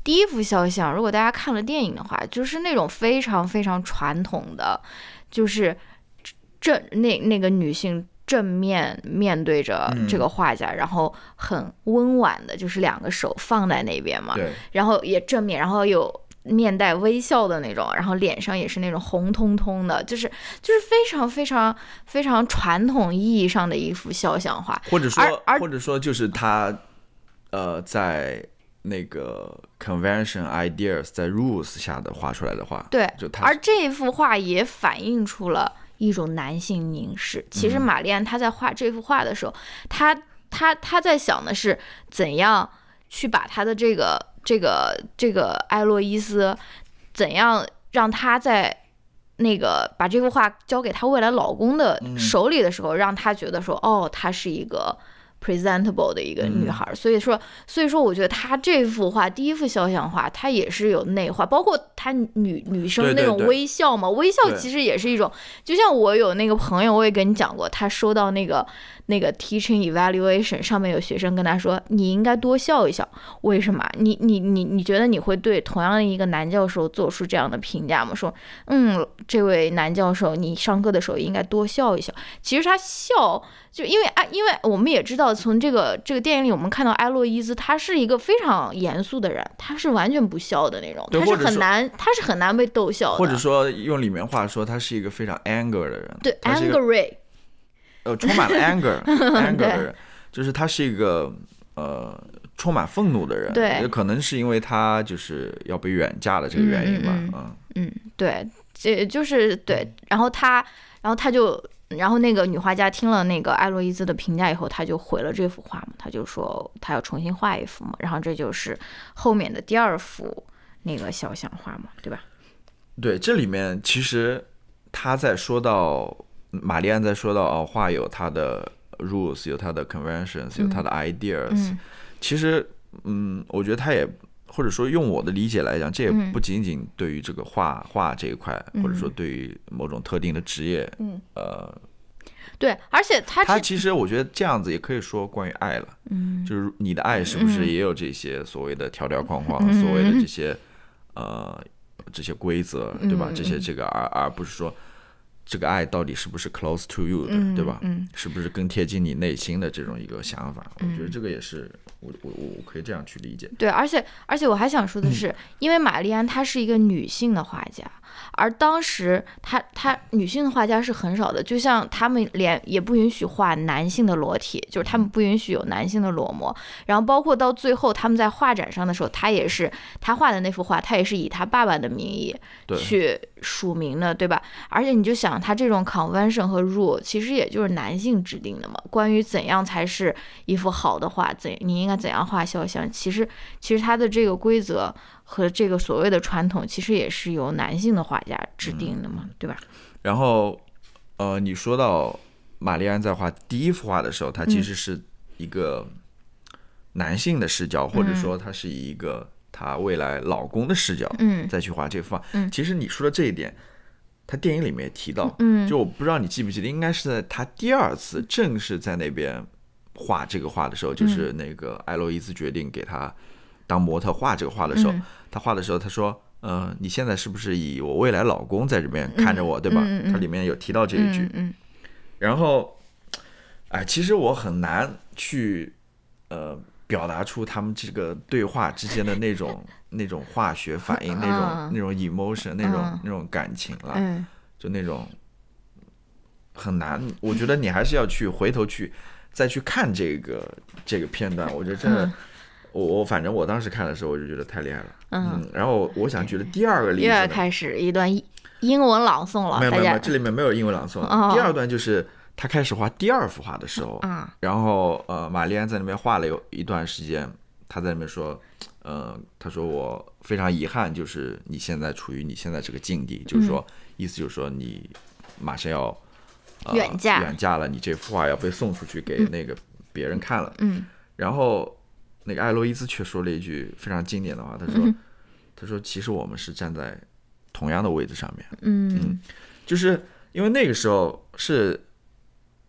第一幅肖像，如果大家看了电影的话，就是那种非常非常传统的，就是正那那个女性正面面对着这个画家，嗯、然后很温婉的，就是两个手放在那边嘛， 对， 然后也正面，然后有面带微笑的那种，然后脸上也是那种红彤彤的，就是就是非常非常非常传统意义上的一幅肖像画， 或者说或者说就是他呃在那个 convention ideas 在 rules 下的画出来的画， 对， 就他而这幅画也反映出了一种男性凝视。其实玛丽安她在画这幅画的时候，她她她在想的是怎样去把她的这个这个这个艾洛伊斯，怎样让她在那个把这幅画交给她未来老公的手里的时候，嗯、让她觉得说，哦，她是一个presentable 的一个女孩，嗯、所以说，所以说，我觉得她这幅画，第一幅肖像画，她也是有内化，包括她女女生那种微笑嘛， 对对对， 微笑其实也是一种，就像我有那个朋友，我也跟你讲过，他收到那个那个 teaching evaluation 上面有学生跟他说，你应该多笑一笑，为什么？你你你你觉得你会对同样的一个男教授做出这样的评价吗？说，嗯，这位男教授，你上课的时候应该多笑一笑。其实他笑。就因为因为我们也知道，从这个这个电影里，我们看到艾洛伊兹，他是一个非常严肃的人，他是完全不笑的那种，他是很难，他是很难被逗笑的。 或者说用里面话说，他是一个非常 anger 的人， 对 ，angry， 呃，充满了 anger anger 的人，就是他是一个呃充满愤怒的人， 对， 也可能是因为他就是要被远嫁的这个原因吧， 嗯 嗯, 嗯, 嗯，对，这就是对，然后他，然后他就。然后那个女画家听了那个艾洛伊兹的评价以后，她就毁了这幅画嘛，她就说她要重新画一幅嘛，然后这就是后面的第二幅那个肖像画嘛，对吧？ 对，这里面其实她在说到玛丽安在说到哦，画有她的 rules， 有她的 conventions， 有她的 ideas，、嗯、其实嗯，我觉得她也或者说用我的理解来讲，这也不仅仅对于这个画画这一块、嗯，或者说对于某种特定的职业，嗯，呃， 对，而且他他其实我觉得这样子也可以说关于爱了，嗯，就是你的爱是不是也有这些所谓的条条框框，嗯、所谓的这些呃这些规则，对吧？嗯、这些这个而而不是说这个爱到底是不是 close to you 的，嗯、对吧？嗯，是不是更贴近你内心的这种一个想法？嗯、我觉得这个也是。我我我可以这样去理解。 对，而且而且我还想说的是，嗯、因为玛丽安她是一个女性的画家，而当时她她女性的画家是很少的，就像他们连也不允许画男性的裸体，就是他们不允许有男性的裸模。然后包括到最后他们在画展上的时候，他也是他画的那幅画，他也是以他爸爸的名义去署名的， 对, 对吧？而且你就想，他这种 convention 和 rule 其实也就是男性制定的嘛，关于怎样才是一幅好的画，怎你应该怎样画肖像，其实其实它的这个规则和这个所谓的传统，其实也是由男性的画家制定的嘛，嗯、对吧？ 然后，呃，你说到玛丽安在画第一幅画的时候，她其实是一个男性的视角，嗯、或者说她是以一个她未来老公的视角，嗯，再去画这幅画。嗯，其实你说的这一点，她电影里面也提到，嗯，就我不知道你记不记得，应该是在她第二次正式在那边画这个画的时候，就是那个艾洛伊兹决定给他当模特画这个画的时候，嗯、他画的时候他说，嗯、呃，你现在是不是以我未来老公在这边看着我，嗯、对吧？嗯嗯、他里面有提到这一句。嗯嗯、然后，哎，其实我很难去呃表达出他们这个对话之间的那种那种化学反应，那种那种 emotion， 那种、嗯、那种感情了，嗯、就那种很难。我觉得你还是要去回头去。再去看这个这个片段，我觉得真的，嗯、我我反正我当时看的时候，我就觉得太厉害了。嗯，嗯然后我想举的第二个例子， 又开始一段英文朗诵了。 没有没有没有，这里面没有英文朗诵。哦、第二段就是他开始画第二幅画的时候，嗯、然后呃，玛丽安在那边画了有一段时间，他在那边说，呃，他说我非常遗憾，就是你现在处于你现在这个境地，嗯、就是说意思就是说你马上要。 呃、远嫁远嫁了，你这幅画要被送出去给那个别人看了。嗯，然后那个艾洛伊兹却说了一句非常经典的话，他说：“嗯、他说其实我们是站在同样的位置上面。”嗯，嗯就是因为那个时候是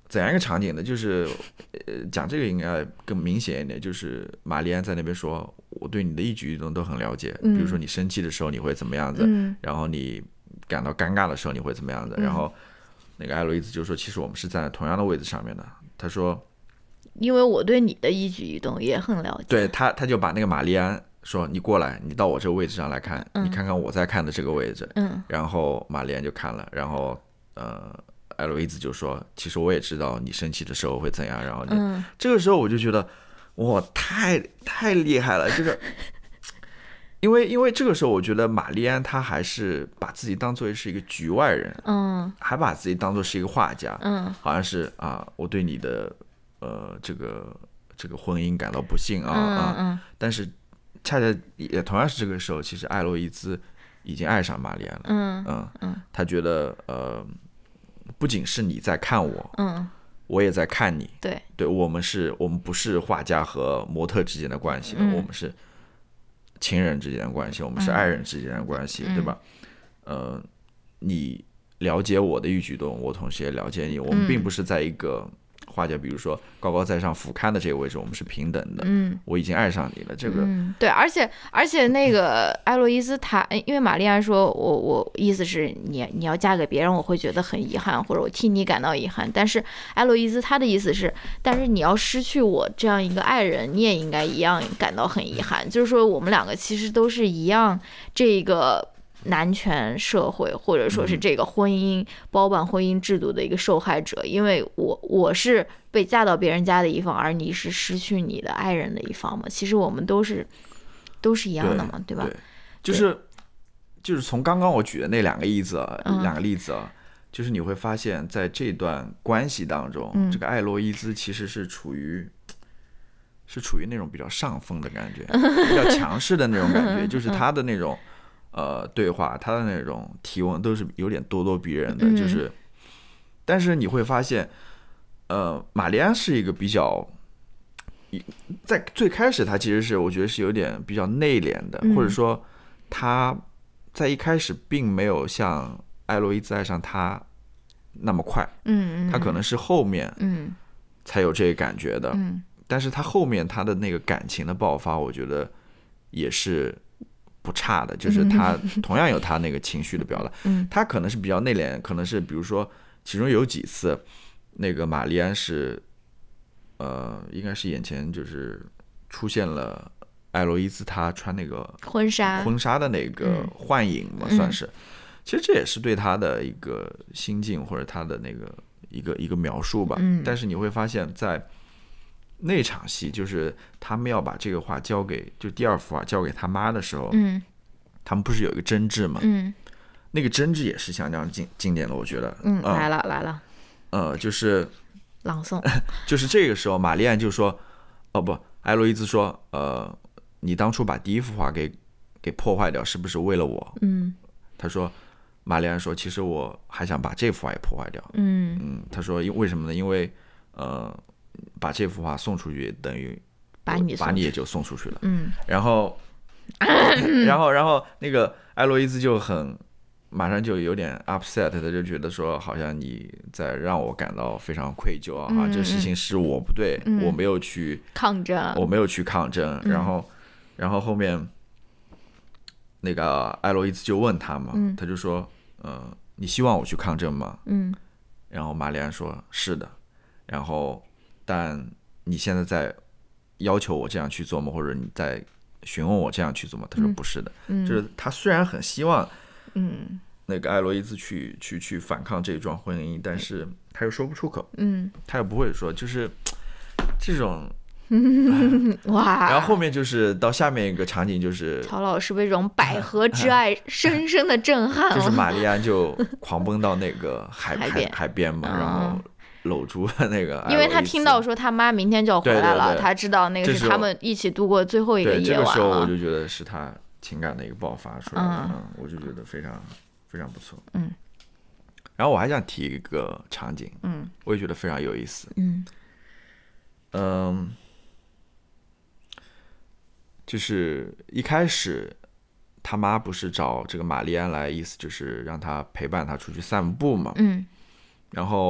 怎样一个场景呢？就是呃，讲这个应该更明显一点，就是玛丽安在那边说，我对你的一举一动都很了解， 嗯、 比如说你生气的时候你会怎么样子， 嗯、 然后你感到尴尬的时候你会怎么样子， 嗯、 然后那个艾洛伊兹就说，其实我们是站在同样的位置上面的。他说， 因为我对你的一举一动也很了解。 对他，他就把那个玛丽安说，你过来，你到我这个位置上来看， 嗯、 你看看我在看的这个位置。 嗯， 然后玛丽安就看了，然后呃。艾洛伊兹就说，其实我也知道你生气的时候会怎样，然后就、 嗯、 这个时候我就觉得哇，太太厉害了，就是因为因为这个时候我觉得玛丽安她还是把自己当作是一个局外人， 嗯， 还把自己当作是一个画家， 嗯， 好像是啊，我对你的呃这个这个婚姻感到不幸啊、 嗯、 啊， 嗯， 但是恰恰也同样是这个时候，其实艾洛伊兹已经爱上玛丽安了， 嗯嗯嗯， 他觉得呃。不仅是你在看我， 嗯， 我也在看你。 对， 对，我们是，我们不是画家和模特之间的关系了、嗯，我们是情人之间的关系，我们是爱人之间的关系，嗯、对吧？呃，你了解我的一举动，我同时也了解你，我们并不是在一个画家，比如说高高在上俯瞰的这个位置，我们是平等的。 嗯， 我已经爱上你了，这个、 嗯、对，而且而且那个艾洛伊兹她，因为玛丽安说，我我意思是你你要嫁给别人，我会觉得很遗憾，或者我替你感到遗憾。但是艾洛伊兹她的意思是，但是你要失去我这样一个爱人，你也应该一样感到很遗憾。就是说，我们两个其实都是一样，这个男权社会或者说是这个婚姻包办婚姻制度的一个受害者，因为我我是被嫁到别人家的一方，而你是失去你的爱人的一方嘛。其实我们都是都是一样的嘛， 对, 对吧？ 对，就是就是从刚刚我举的那两个例子、啊嗯、 两个例子啊，就是你会发现在这段关系当中、 嗯、 这个艾洛伊兹其实是处于是处于那种比较上风的感觉，比较强势的那种感觉，就是他的那种呃对话，他的那种提问都是有点咄咄逼人的，就是，但是你会发现，呃，玛丽安是一个比较，在最开始他其实是我觉得是有点比较内敛的，或者说他在一开始并没有像艾洛伊兹爱上他那么快， 嗯， 他可能是后面嗯才有这个感觉的， 嗯， 但是他后面他的那个感情的爆发，我觉得也是不差的，就是他同样有他那个情绪的表达， 嗯， 他可能是比较内敛，可能是比如说其中有几次，那个玛丽安是，呃，应该是眼前就是出现了艾洛伊兹她穿那个婚纱婚纱的那个幻影嘛， 嗯、 算是，其实这也是对他的一个心境或者他的那个一个一个描述吧， 嗯， 但是你会发现在那场戏，就是他们要把这个画交给，就第二幅画交给他妈的时候， 嗯， 他们不是有一个争执吗？ 嗯， 那个争执也是相当经经典的，我觉得。 嗯， 呃、 来了来了。 呃，就是朗诵， 就是这个时候，玛丽安就说：“哦不，艾洛伊兹说，呃，你当初把第一幅画给给破坏掉，是不是为了我？” 嗯， 他说，玛丽安说：“其实我还想把这幅画也破坏掉。” 嗯嗯，他说：“因为什么呢？因为呃。”把这幅画送出去，等于把你把你也就送出去了。 嗯， 然后，然后，然后那个艾洛伊兹就很马上就有点 upset， 他就觉得说，好像你在让我感到非常愧疚啊！ 嗯、 这事情是我不对， 嗯、 我没有去抗争， 我没有去抗争。 嗯、 然后，然后后面那个艾洛伊兹就问他嘛， 嗯、 他就说：“呃，你希望我去抗争吗？” 嗯， 然后玛丽安说：“是的。”然后。但你现在在要求我这样去做吗？或者你在询问我这样去做吗？他说不是的， 嗯、 就是他虽然很希望， 嗯， 那个艾洛伊兹去去去反抗这一桩婚姻，但是他又说不出口， 嗯， 他又不会说，就是这种， 哇！ 然后后面就是到下面一个场景，就是曹老师被这种百合之爱深深的震撼了， 就是玛丽安就狂奔到那个海海边海边嘛，然后。搂住那个， 因为他听到说他妈明天就要回来了， 对对对， 他知道那个是他们一起度过最后一个夜晚了。 对，这个时候我就觉得是他情感的一个爆发出来了， 嗯嗯、我就觉得非常非常不错。 嗯， 然后我还想提一个场景， 嗯， 我也觉得非常有意思。 嗯嗯，就是一开始他妈不是找这个玛丽安来，意思就是让他陪伴他出去散步嘛。 嗯。 然后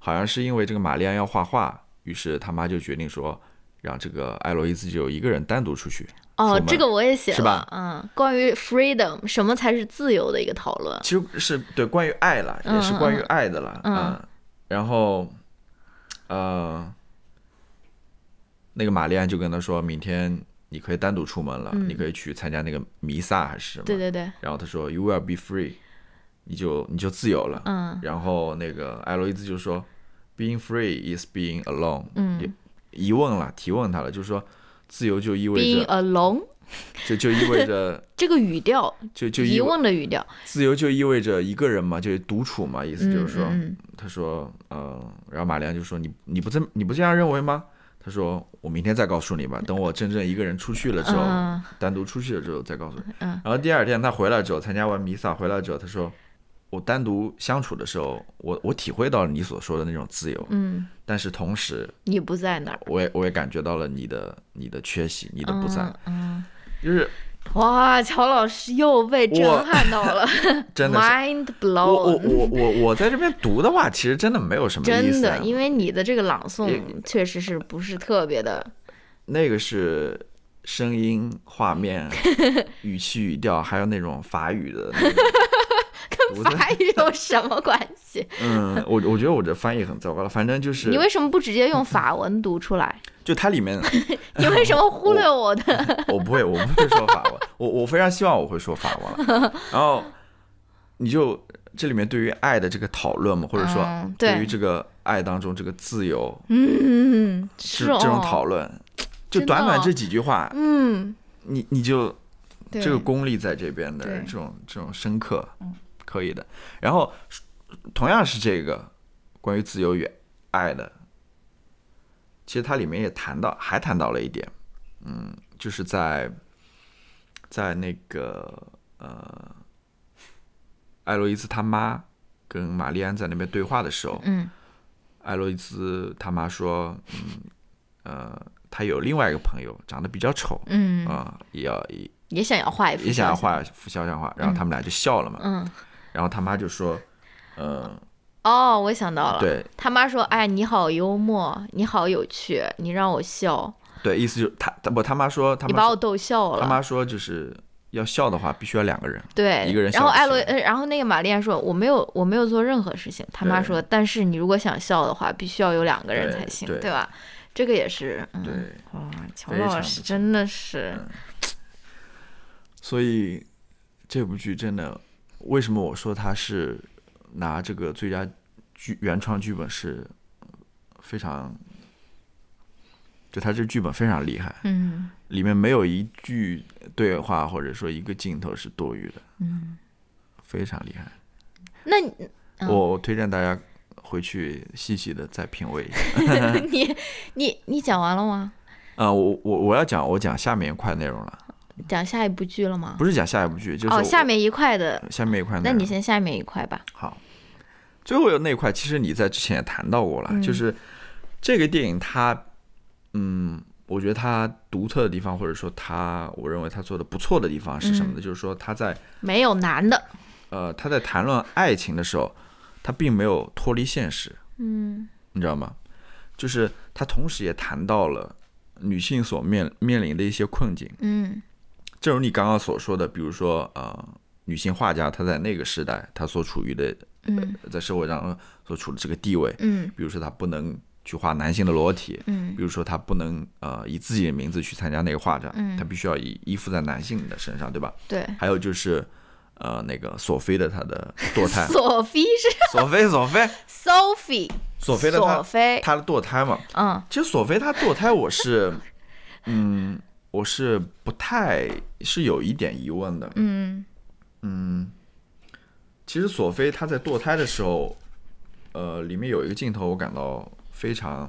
好像是因为这个玛丽安要画画，于是他妈就决定说让这个艾洛伊兹就一个人单独出去。 哦，这个我也写了， 是吧？ 嗯，关于 freedom 什么才是自由的一个讨论， 其实是对关于爱了，也是关于爱的了，嗯，嗯然后呃，那个玛丽安就跟他说，明天你可以单独出门了，嗯、你可以去参加那个弥撒还是什么？ 对对对。 然后他说 ，You will be free， 你就你就自由了。 嗯。 然后那个艾洛伊兹就说 ，Being free is being alone。 嗯。 疑问了，提问他了，就是说。自由就意味着 being alone， 就就意味着这个语调， 就就疑问的语调。 自由就意味着一个人嘛，就独处嘛，意思就是说， 嗯嗯、 他说，呃，然后玛丽安就说，你你不这你不这样认为吗？他说，我明天再告诉你吧，等我真正一个人出去了之后， 嗯、 单独出去了之后再告诉你。 嗯。 然后第二天他回来之后，参加完弥撒回来之后，他说。我单独相处的时候，我我体会到了你所说的那种自由， 嗯， 但是同时你不在那儿， 我也我也感觉到了你的你的缺席，你的不在， 嗯，嗯就是哇，乔老师又被震撼到了， 真的是 mind blown。 我我我我我在这边读的话，其实真的没有什么意思、啊， 真的，因为你的这个朗诵确实是不是特别的， 那个是声音、画面、语气、语调，还有那种法语的、那个。 跟法语有什么关系？ 嗯，我我觉得我这翻译很糟糕了，反正就是你为什么不直接用法文读出来？ 就它里面， 你为什么忽略我的？ 我, 我不会，我不会说法文，我我非常希望我会说法文。然后你就这里面对于爱的这个讨论嘛，或者说对于这个爱当中这个自由， 嗯，是哦， 这种讨论，就短短这几句话， 嗯， 你你就这个功力在这边的这种这种深刻。可以的，然后同样是这个关于自由与爱的，其实它里面也谈到，还谈到了一点，嗯，就是在在那个呃，艾洛伊兹他妈跟玛丽安在那边对话的时候， 嗯， 艾洛伊兹他妈说，嗯，呃，他有另外一个朋友长得比较丑， 嗯啊、呃，也要也也想要画一幅， 也想要画一幅肖像画，然后他们俩就笑了嘛， 嗯。 然后他妈就说，嗯， 哦，我想到了， 对， 他妈说，哎，你好幽默，你好有趣，你让我笑， 对，意思就是他他不他妈说，他妈你把我逗笑了。 他妈说就是要笑的话，必须要两个人， 对， 一个人笑。 然后艾洛，呃，然后那个玛丽安说，我没有我没有做任何事情。他妈说，但是你如果想笑的话，必须要有两个人才行， 对, 对, 对吧？这个也是，嗯、 对， 哇，乔老师真的是、嗯， 所以这部剧真的。为什么我说他是拿这个最佳剧原创剧本是非常，就他这剧本非常厉害， 嗯， 里面没有一句对话或者说一个镜头是多余的， 嗯， 非常厉害。 那你、 嗯、我推荐大家回去细细的再品味一下。 你你你讲完了吗？ 啊、呃，我我我要讲我讲下面一块内容了。 讲下一部剧了吗？ 不是讲下一部剧，就是哦，下面一块的， 下面一块。 那你先下面一块吧。 好，最后有那一块，其实你在之前也谈到过了，嗯、就是这个电影它，嗯，我觉得它独特的地方，或者说它，我认为它做的不错的地方是什么呢？嗯、就是说它在没有男的， 呃，他在谈论爱情的时候，他并没有脱离现实， 嗯， 你知道吗？就是他同时也谈到了女性所面面临的一些困境， 嗯。 正如你刚刚所说的，比如说呃，女性画家她在那个时代她所处于的， 嗯， 在社会上所处的这个地位， 嗯， 比如说她不能去画男性的裸体， 嗯， 比如说她不能呃以自己的名字去参加那个画展， 嗯， 她必须要以依附在男性的身上，对吧？ 对。 还有就是呃那个索菲的她的堕胎， 索菲是索菲索菲 Sophie 索菲的索菲她的堕胎嘛， 嗯， 其实索菲她堕胎我是嗯。我是不太是有一点疑问的， 嗯嗯，其实索菲她在堕胎的时候，呃，里面有一个镜头我感到非常，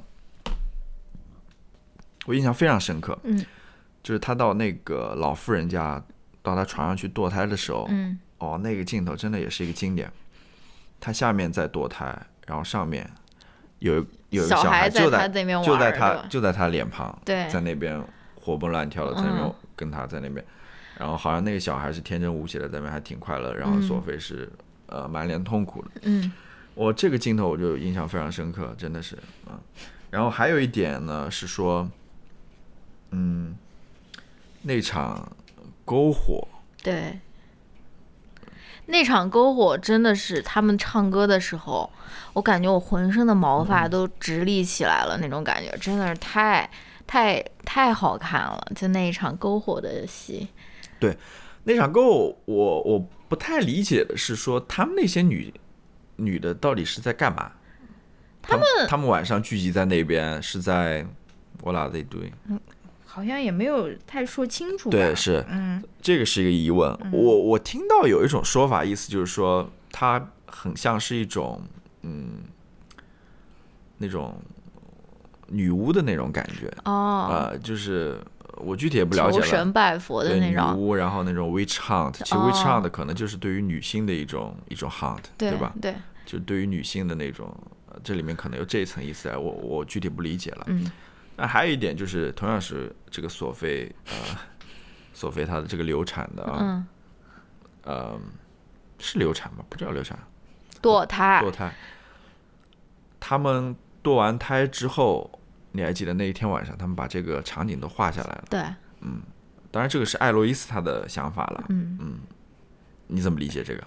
我印象非常深刻， 嗯， 就是她到那个老妇人家，到她床上去堕胎的时候， 嗯， 哦，那个镜头真的也是一个经典，她下面在堕胎，然后上面有有一个小孩就在就在她就在她脸庞， 对， 在那边。活蹦乱跳的在那边跟他在那边、嗯，然后好像那个小孩是天真无邪的，在那边还挺快乐，然后索菲是、嗯、呃满脸痛苦的。 嗯， 我这个镜头我就印象非常深刻，真的是啊。然后还有一点呢是说，嗯，那场篝火， 对，那场篝火真的是他们唱歌的时候，我感觉我浑身的毛发都直立起来了，那种感觉真的是太太太好看了，就那一场篝火的戏。 对，那场篝火，我我不太理解的是说，他们那些女女的到底是在干嘛？ 他们他们晚上聚集在那边是在 What are they doing？ 嗯，好像也没有太说清楚吧。 对，是， 嗯， 这个是一个疑问。 嗯、 我我听到有一种说法，意思就是说，它很像是一种嗯那种女巫的那种感觉。 哦， 呃，就是我具体也不了解了。 求神拜佛的那种女巫，然后那种 witch hunt， 其实 witch hunt 可能就是对于女性的一种、哦、一种 hunt， 对, 对吧？ 对， 就对于女性的那种，呃、这里面可能有这一层意思，我我具体不理解了。 嗯。 那还有一点就是，同样是这个索菲，呃，索菲她的这个流产的啊， 嗯， 呃，是流产吗？不叫流产， 堕胎。 堕胎。他们堕完胎之后，你还记得那一天晚上，他们把这个场景都画下来了。 对， 嗯，当然这个是艾洛伊斯她的想法了。 嗯嗯，你怎么理解这个？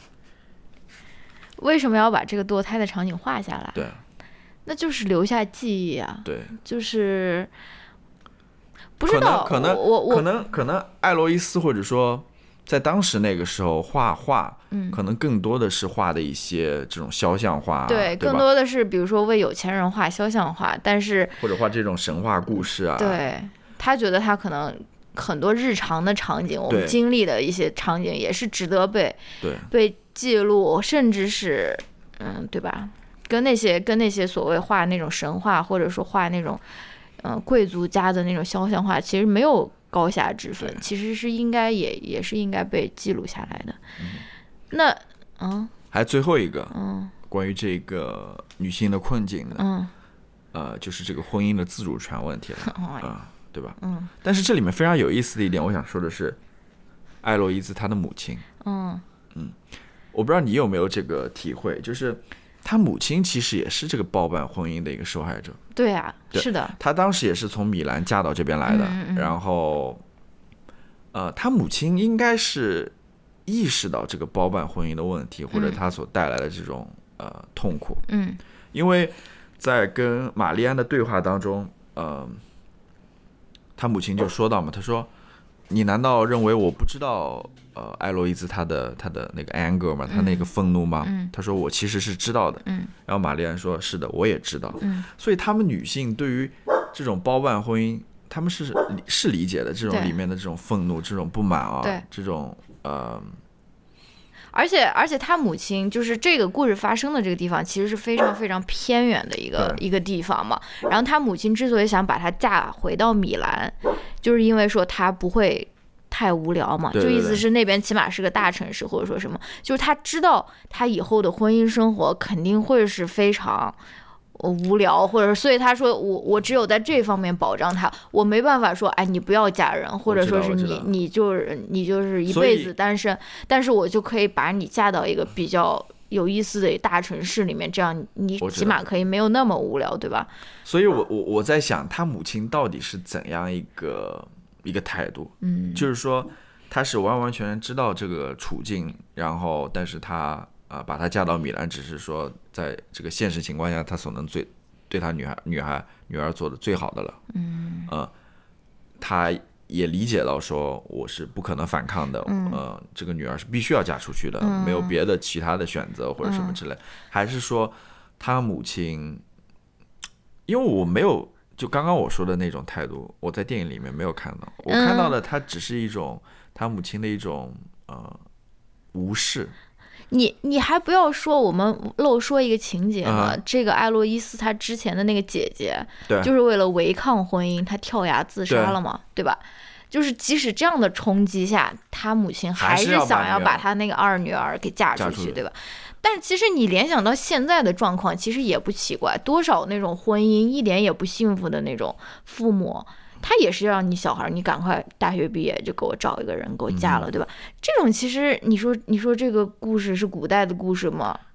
为什么要把这个堕胎的场景画下来？ 对。 那就是留下记忆啊， 对， 就是不知道， 可能我我可能可能艾洛伊斯或者说在当时那个时候画画， 嗯， 可能更多的是画的一些这种肖像画， 对， 对更多的是比如说为有钱人画肖像画，但是或者画这种神话故事啊， 对，他觉得他可能很多日常的场景，我们经历的一些场景也是值得被对被记录，甚至是嗯，对吧？跟那些跟那些所谓画那种神话，或者说画那种，呃，贵族家的那种肖像画，其实没有高下之分，其实是应该也也是应该被记录下来的。嗯、那嗯， 还最后一个， 嗯， 关于这个女性的困境呢， 嗯， 呃，就是这个婚姻的自主权问题了，啊、呃，对吧？ 嗯。 但是这里面非常有意思的一点，我想说的是，艾洛伊兹她的母亲， 嗯嗯，我不知道你有没有这个体会，就是。他母亲其实也是这个包办婚姻的一个受害者。 对啊，是的。 他当时也是从米兰嫁到这边来的， 嗯嗯然后，呃，他母亲应该是意识到这个包办婚姻的问题，或者他所带来的这种呃痛苦。 嗯， 因为在跟玛丽安的对话当中，呃，他母亲就说到嘛，他说：“你难道认为我不知道？”呃，艾洛伊兹他的他的那个 anger 嘛，他那个愤怒嘛， 嗯、 他说我其实是知道的， 嗯， 然后玛丽安说是的，我也知道， 嗯， 所以他们女性对于这种包办婚姻，他们是是理解的，这种里面的这种愤怒、这种不满啊， 对， 这种呃， 而且而且他母亲就是这个故事发生的这个地方，其实是非常非常偏远的一个一个地方嘛。然后他母亲之所以想把她嫁回到米兰，就是因为说她不会。太无聊嘛， 对对对， 就意思是那边起码是个大城市，或者说什么，就是他知道他以后的婚姻生活肯定会是非常无聊，或者所以他说我我只有在这方面保障他，我没办法说哎你不要嫁人，或者说是你你就是你就是一辈子单身，但是我就可以把你嫁到一个比较有意思的大城市里面，这样你起码可以没有那么无聊，对吧？ 所以我我我在想他母亲到底是怎样一个。一个态度， 嗯， 就是说，他是完完全全知道这个处境，然后，但是他啊、呃，把他嫁到米兰，只是说，在这个现实情况下，他所能最对他女孩、女孩、女儿做的最好的了， 嗯， 呃，他也理解到说，我是不可能反抗的， 嗯， 呃，这个女儿是必须要嫁出去的， 嗯、 没有别的其他的选择或者什么之类，嗯、还是说他母亲，因为我没有。就刚刚我说的那种态度，我在电影里面没有看到。我看到的，他只是一种、嗯、他母亲的一种呃无视。 你你还不要说，我们漏说一个情节嘛。 嗯、 这个艾洛伊斯她之前的那个姐姐， 对， 就是为了违抗婚姻，她跳崖自杀了嘛， 对, 对吧？就是即使这样的冲击下，她母亲还是想要把她那个二女儿给嫁出去， 出对吧？但是其实你联想到现在的状况，其实也不奇怪，多少那种婚姻一点也不幸福的那种父母，他也是让你小孩，你赶快大学毕业就给我找一个人给我嫁了， 嗯、 对吧？这种其实你说你说这个故事是古代的故事吗？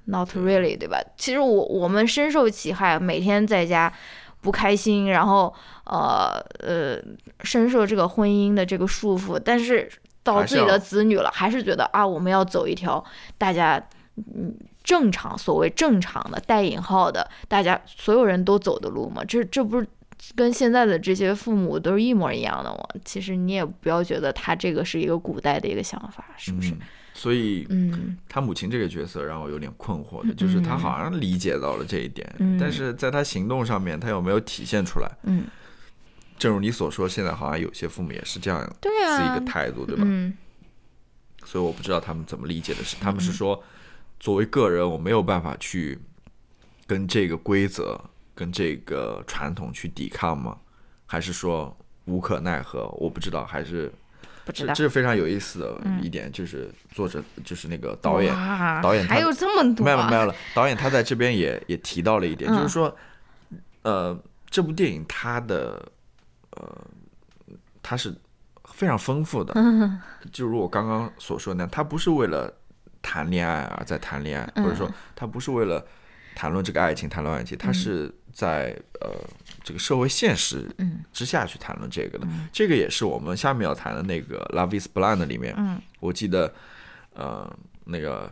Not really， 对吧？其实我我们深受其害，每天在家不开心，然后呃呃深受这个婚姻的这个束缚，但是到自己的子女了，还是觉得啊，我们要走一条大家嗯正常，所谓正常的带引号的，大家所有人都走的路嘛。这这不是跟现在的这些父母都是一模一样的吗？其实你也不要觉得他这个是一个古代的一个想法，是不是？ 嗯、所以，嗯，他母亲这个角色让我有点困惑的，嗯、就是他好像理解到了这一点，嗯、但是在他行动上面，他有没有体现出来？嗯，正如你所说，现在好像有些父母也是这样子一个态度， 对, 啊、对吧？嗯，所以我不知道他们怎么理解的是，他们是说，作为个人，我没有办法去跟这个规则、跟这个传统去抵抗吗？还是说无可奈何？我不知道，还是不知道。 这是非常有意思的一点，嗯、就是作者，就是那个导演，导演还有这么多、啊， 没有没有了。导演他在这边也也提到了一点，嗯、就是说，呃，这部电影它的呃，它是非常丰富的，嗯、就如我刚刚所说的那样，它不是为了谈恋爱而在谈恋爱，嗯、或者说它不是为了谈论这个爱情，谈论爱情，它是在、嗯、呃这个社会现实之下去谈论这个的。嗯、这个也是我们下面要谈的那个《Love Is Blind》里面，嗯、我记得呃那个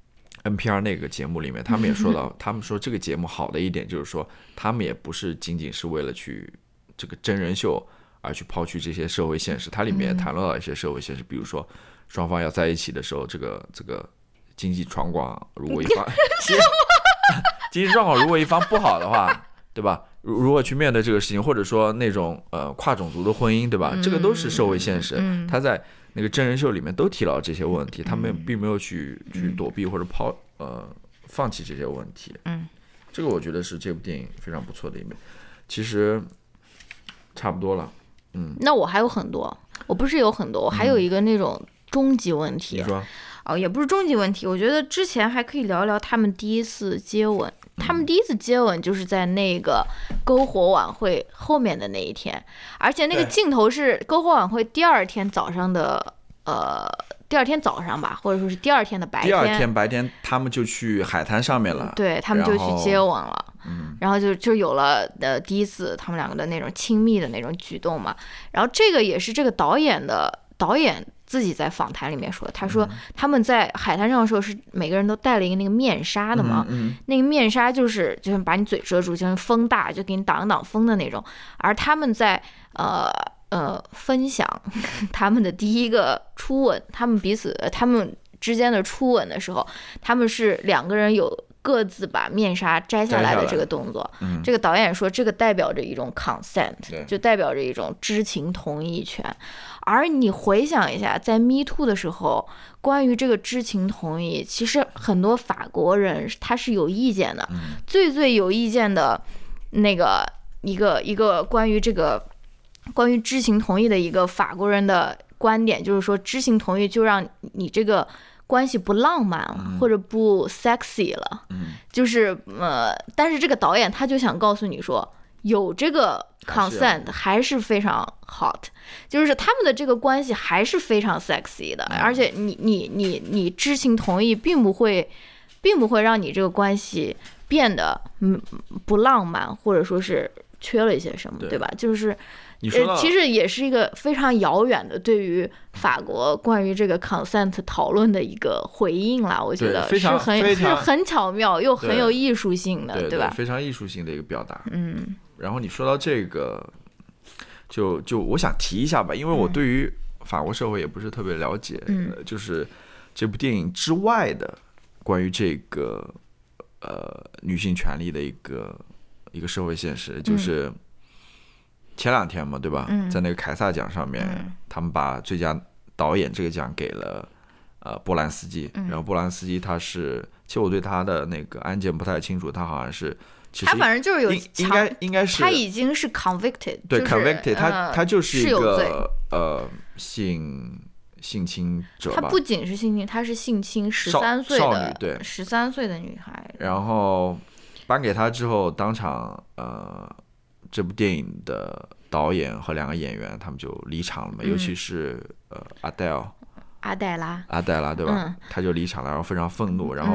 N P R 那个节目里面，他们也说到，嗯、他们说这个节目好的一点就是说，他们也不是仅仅是为了去这个真人秀而去抛去这些社会现实，它里面也谈论到一些社会现实，嗯、比如说双方要在一起的时候，这个这个经济状况如果一方经济状况如果一方不好的话，对吧？如果去面对这个事情，或者说那种呃跨种族的婚姻，对吧？嗯、这个都是社会现实。嗯、他在那个真人秀里面都提到这些问题，嗯、他们并没有去去躲避或者抛呃放弃这些问题。嗯，这个我觉得是这部电影非常不错的一面。其实差不多了。嗯， 那我还有很多，我不是有很多，我还有一个那种终极问题。 你说？ 哦，也不是终极问题，我觉得之前还可以聊聊他们第一次接吻。他们第一次接吻就是在那个篝火晚会后面的那一天，而且那个镜头是篝火晚会第二天早上的，呃，第二天早上吧，或者说是第二天的白天。 第二天白天，他们就去海滩上面了。 对，他们就去接吻了，嗯、然后就就有了呃第一次他们两个的那种亲密的那种举动嘛。然后这个也是这个导演的导演。自己在访谈里面说，他说他们在海滩上的时候是每个人都戴了一个那个面纱的嘛，嗯嗯、那个面纱就是就是把你嘴遮住，就是风大就给你挡一挡风的那种。而他们在呃呃分享他们的第一个初吻，他们彼此他们之间的初吻的时候，他们是两个人有各自把面纱摘下来的这个动作。嗯、这个导演说，这个代表着一种 consent， 就代表着一种知情同意权。而你回想一下，在 Me Too 的时候，关于这个知情同意，其实很多法国人他是有意见的。嗯、最最有意见的那个一个一个关于这个关于知情同意的一个法国人的观点，就是说知情同意就让你这个关系不浪漫了，嗯、或者不 sexy 了。嗯、就是呃，但是这个导演他就想告诉你说，有这个 consent 还是非常 hot， 就是他们的这个关系还是非常 sexy 的，嗯、而且你你你你知情同意并不会并不会让你这个关系变得嗯不浪漫，或者说是缺了一些什么， 对, 对吧？就是呃，其实也是一个非常遥远的对于法国关于这个 consent 讨论的一个回应啦，我觉得是很是很巧妙又很有艺术性的， 对, 对吧？ 非常艺术性的一个表达。嗯，然后你说到这个，就就我想提一下吧，因为我对于法国社会也不是特别了解，嗯呃、就是这部电影之外的关于这个呃女性权利的一个一个社会现实，就是前两天嘛，对吧？嗯、在那个凯撒奖上面，嗯、他们把最佳导演这个奖给了呃波兰斯基，嗯、然后波兰斯基他是，其实我对他的那个案件不太清楚，他好像是。其实他反正就是有应该应该是他已经是 convicted， 对、 就是、 convicted， 他、呃、他就是一个呃性性侵者吧。 他不仅是性侵，他是性侵十三岁的对十三岁的女孩。 然后颁给他之后，当场呃这部电影的导演和两个演员他们就离场了嘛，嗯、尤其是呃阿黛尔阿黛拉阿黛拉对吧？嗯、他就离场了，然后非常愤怒，然后。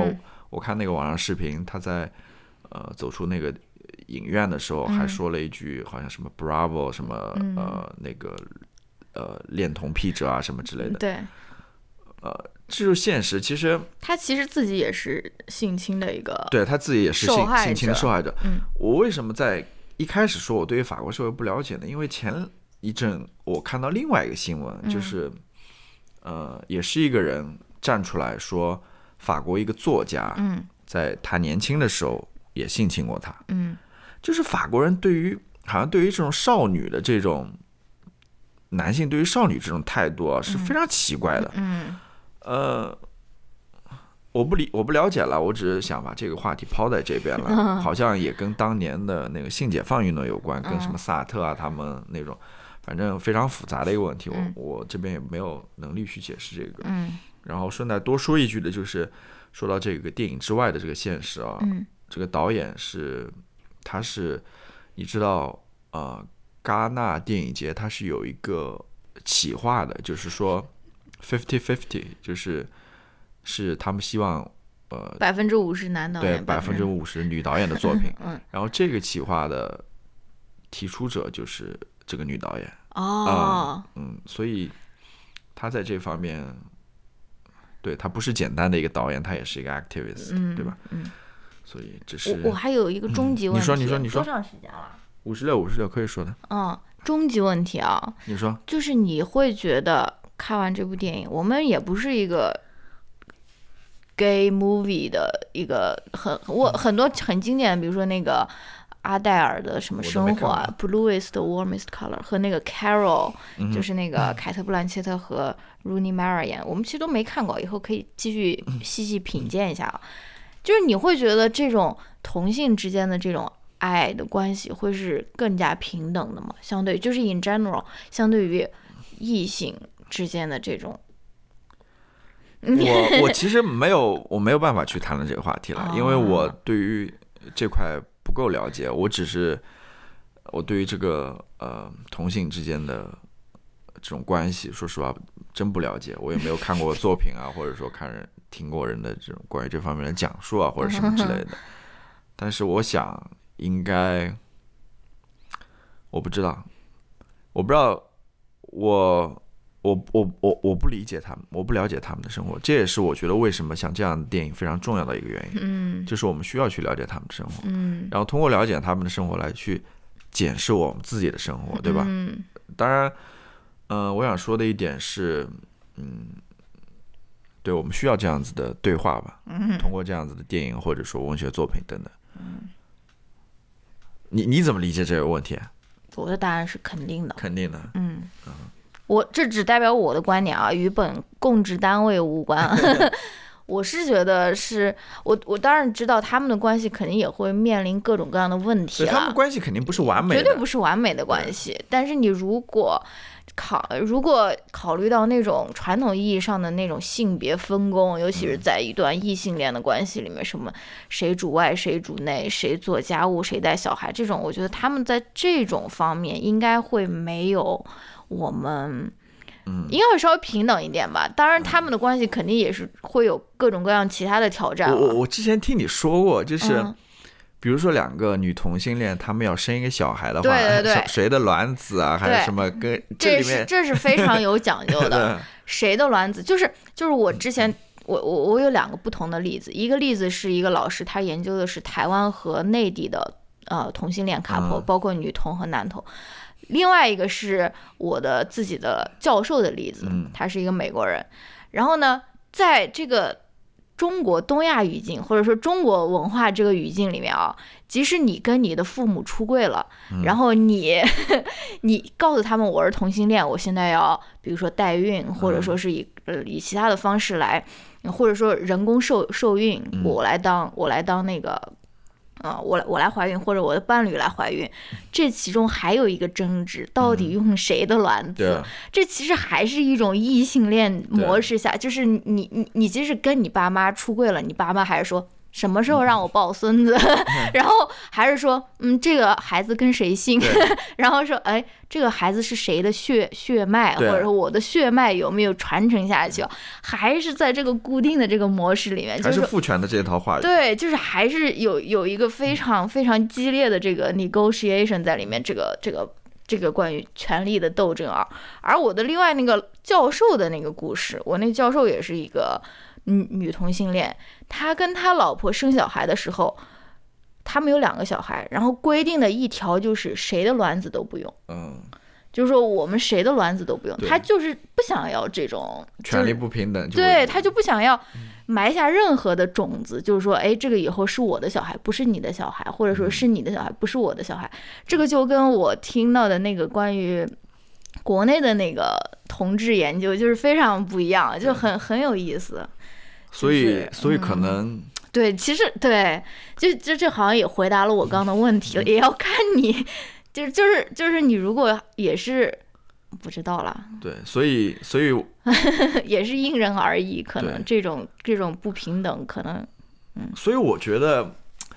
我看那个网上视频，他在呃走出那个影院的时候，还说了一句好像什么 Bravo 什么、嗯、呃那个呃恋童癖者啊什么之类的。 对， 呃，这就是现实。其实他其实自己也是性侵的一个， 对他自己也是性性侵的受害者。 嗯， 我为什么在一开始说我对于法国社会不了解呢？因为前一阵我看到另外一个新闻，就是、嗯、呃，也是一个人站出来说，法国一个作家， 嗯，在他年轻的时候也性侵过他。 嗯， 就是法国人对于好像对于这种少女的这种男性对于少女这种态度啊，是非常奇怪的。 嗯， 呃。我不理我不了解了，我只是想把这个话题抛在这边了，嗯、好像也跟当年的那个性解放运动有关，跟什么萨特啊他们那种，反正非常复杂的一个问题， 嗯、 我我这边也没有能力去解释这个。 嗯， 然后顺带多说一句的就是，说到这个电影之外的这个现实啊， 嗯、 这个导演是他是你知道呃，戛纳电影节它是有一个企划的，就是说 fifty fifty 就是。是他们希望，呃， 百分之五十男导演， 对，百分之五十女导演的作品。 嗯， 然后这个企划的提出者就是这个女导演。 哦， 嗯，嗯所以她在这方面，对她不是简单的一个导演，她也是一个 activist，、 嗯、 对吧？ 嗯， 所以这是我我还有一个终极问题， 嗯、你说你说你说， 多长时间了？ 五十六，五十六可以说的。 嗯，终极问题啊， 你说， 就是你会觉得看完这部电影，我们也不是一个。gay movie 的一个很我很多很经典的，比如说那个阿黛尔的什么生活啊 ，Blue is the warmest color 和那个 Carol、嗯、就是那个凯特布兰切特和 Rooney Mara 演，我们其实都没看过，以后可以继续细细品鉴一下啊。就是你会觉得这种同性之间的这种爱的关系会是更加平等的吗？相对就是 in general 相对于异性之间的这种。 我我其实没有我没有办法去谈论这个话题了，哦、因为我对于这块不够了解，我只是我对于这个呃同性之间的这种关系，说实话真不了解，我也没有看过作品啊，或者说看人听过人的这种关于这方面的讲述啊，或者什么之类的。但是我想应该，我不知道，我不知道我。我我我我不理解他们，我不了解他们的生活，这也是我觉得为什么像这样的电影非常重要的一个原因。 嗯， 就是我们需要去了解他们的生活， 嗯， 然后通过了解他们的生活来去检视我们自己的生活，对吧？ 嗯， 当然，嗯、呃，我想说的一点是，嗯，对我们需要这样子的对话吧， 嗯， 通过这样子的电影或者说文学作品等等。 嗯， 你你怎么理解这个问题？ 我的答案是肯定的， 肯定的， 嗯。嗯我这只代表我的观点啊，与本供职单位无关。我是觉得是我我当然知道他们的关系肯定也会面临各种各样的问题了， 他们关系肯定不是完美的， 绝对不是完美的关系。但是你如果考如果考虑到那种传统意义上的那种性别分工，尤其是在一段异性恋的关系里面，什么谁主外谁主内，谁做家务谁带小孩，这种我觉得他们在这种方面应该会没有我们应该会稍微平等一点吧。当然他们的关系肯定也是会有各种各样其他的挑战。 我我之前听你说过，就是、嗯、比如说两个女同性恋他们要生一个小孩的话， 对对对， 谁的卵子啊还是什么，跟这里面这是非常有讲究的。谁的卵子就是就是我之前我我我有两个不同的例子，一个例子是一个老师，他研究的是台湾和内地的呃同性恋 couple、嗯、包括女同和男同。另外一个是我的自己的教授的例子，他是一个美国人。然后呢，在这个中国东亚语境或者说中国文化这个语境里面啊，即使你跟你的父母出柜了，然后你你告诉他们我是同性恋，我现在要比如说代孕，或者说是以呃以其他的方式来，或者说人工受受孕，我来当我来当那个。呃、我来我来怀孕，或者我的伴侣来怀孕，这其中还有一个争执，到底用谁的卵子？嗯、这其实还是一种异性恋模式下，就是你你你即使跟你爸妈出柜了，你爸妈还是说什么时候让我抱孙子？然后还是说，嗯，这个孩子跟谁姓？然后说，哎，这个孩子是谁的血血脉，或者说我的血脉有没有传承下去？还是在这个固定的这个模式里面， 还是父权的这套话语？ 对，就是还是有有一个非常非常激烈的这个 negotiation 在里面，这个这个这个关于权力的斗争啊。而我的另外那个教授的那个故事，我那个教授也是一个。女女同性恋，他跟他老婆生小孩的时候，他们有两个小孩，然后规定的一条就是谁的卵子都不用， 嗯， 就是说我们谁的卵子都不用，他就是不想要这种权力不平等， 对，他就不想要埋下任何的种子，就是说，哎，这个以后是我的小孩，不是你的小孩，或者说是你的小孩，不是我的小孩，这个就跟我听到的那个关于国内的那个同志研究就是非常不一样，就很很有意思。 所以，就是、所以可能、嗯、 对，其实对，就就这好像也回答了我刚刚的问题了，也要看你，就就是就是你如果也是不知道了， 对，所以所以也是因人而异，可能这种这种不平等，可能嗯， 所以我觉得，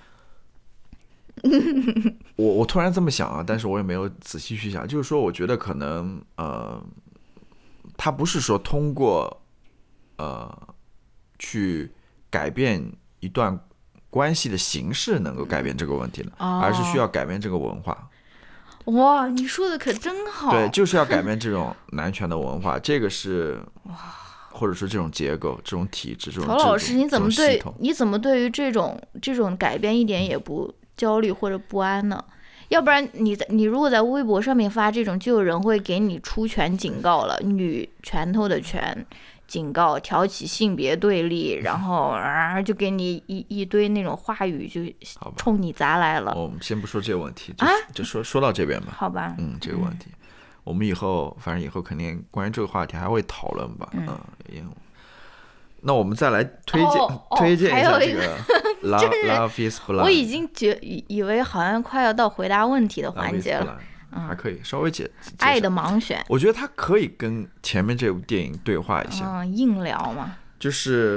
我我突然这么想啊，但是我也没有仔细去想，就是说，我觉得可能呃，他不是说通过呃。去改变一段关系的形式能够改变这个问题的、哦、而是需要改变这个文化。 哇，你说的可真好。 对，就是要改变这种男权的文化，这个是哇， 或者说这种结构、这种体制、这种曹老师，你怎么对你怎么对于这种这种改变一点也不焦虑或者不安呢？要不然你在你如果在微博上面发这种，就有人会给你出拳警告了，女拳头的拳。警告，挑起性别对立，然后啊，就给你一一堆那种话语就冲你砸来了。 我们先不说这个问题，就, 啊、就说说到这边吧。 好吧， 嗯，这个问题，嗯、我们以后反正以后肯定关于这个话题还会讨论吧。嗯，嗯那我们再来推荐、 哦、 推荐一下这个 Love, Love is Blind。 我已经觉以为好像快要到回答问题的环节了。 嗯、还可以稍微解爱的盲选， 我觉得它可以跟前面这部电影对话一下。 嗯，硬聊嘛， 就是、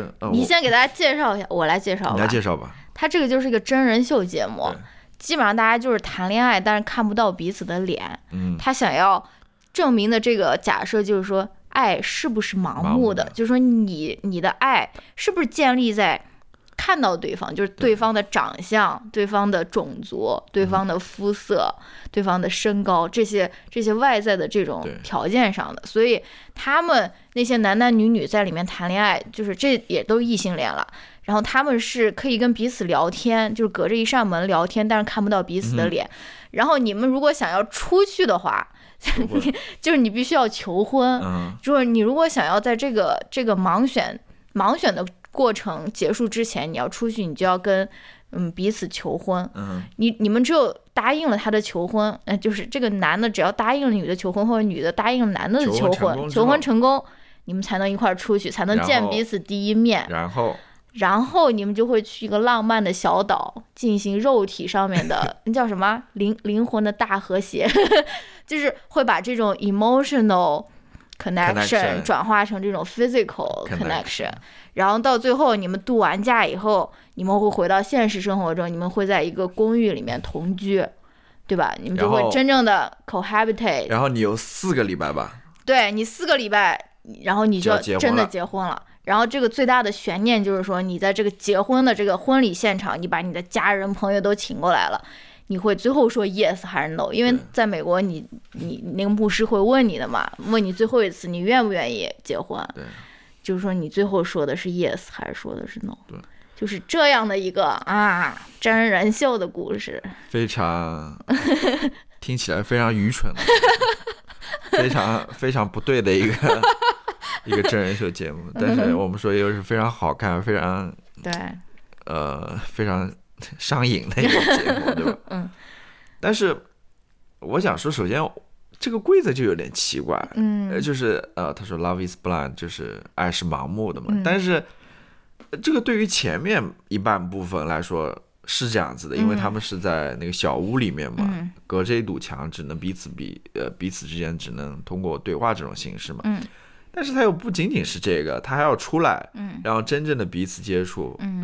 呃、 你先给大家介绍一下，我来介绍吧。 你来介绍吧。 它这个就是一个真人秀节目，基本上大家就是谈恋爱，但是看不到彼此的脸。 嗯， 他想要证明的这个假设就是说，爱是不是盲目的？ 盲目的就是说你你的爱是不是建立在看到对方，就是对方的长相、对方的种族、对方的肤色、嗯、对方的身高，这些这些外在的这种条件上的。所以他们那些男男女女在里面谈恋爱，就是这也都异性恋了。然后他们是可以跟彼此聊天，就是隔着一扇门聊天，但是看不到彼此的脸。嗯、然后你们如果想要出去的话，就是你必须要求婚。 嗯、 就是你如果想要在这个这个盲选盲选的过程结束之前，你要出去，你就要跟嗯彼此求婚。 嗯， 你你们只有答应了他的求婚，呃，就是这个男的只要答应了女的求婚，或者女的答应了男的的求婚，求婚成功，你们才能一块儿出去，才能见彼此第一面。 然后， 然后你们就会去一个浪漫的小岛进行肉体上面的那叫什么灵灵魂的大和谐，就是会把这种 emotional connection 转化成这种 physical connection， 然后到最后你们度完假以后，你们会回到现实生活中，你们会在一个公寓里面同居，对吧？你们就会真正的 cohabitate。 然后你有四个礼拜吧？ 对，你四个礼拜，然后你就真的结婚了。然后这个最大的悬念就是说，你在这个结婚的这个婚礼现场，你把你的家人朋友都请过来了。你会最后说 yes 还是 no？ 因为在美国你，你你那个牧师会问你的嘛，问你最后一次你愿不愿意结婚？ 对， 就是说你最后说的是 yes 还是说的是 no？ 对， 就是这样的一个啊真人秀的故事， 非常听起来非常愚蠢，非常非常不对的一个一个真人秀节目，但是我们说又是非常好看，非常对， 呃，非常。上瘾的一个节目，对吧？ 嗯。 但是我想说，首先这个规则就有点奇怪， 嗯， 就是呃，他说 "Love is blind"， 就是爱是盲目的嘛。 嗯、 但是这个对于前面一半部分来说是这样子的，因为他们是在那个小屋里面嘛， 嗯、 隔着一堵墙，只能彼此比呃彼此之间只能通过对话这种形式嘛。 嗯。 但是他又不仅仅是这个，他还要出来， 嗯， 然后真正的彼此接触， 嗯，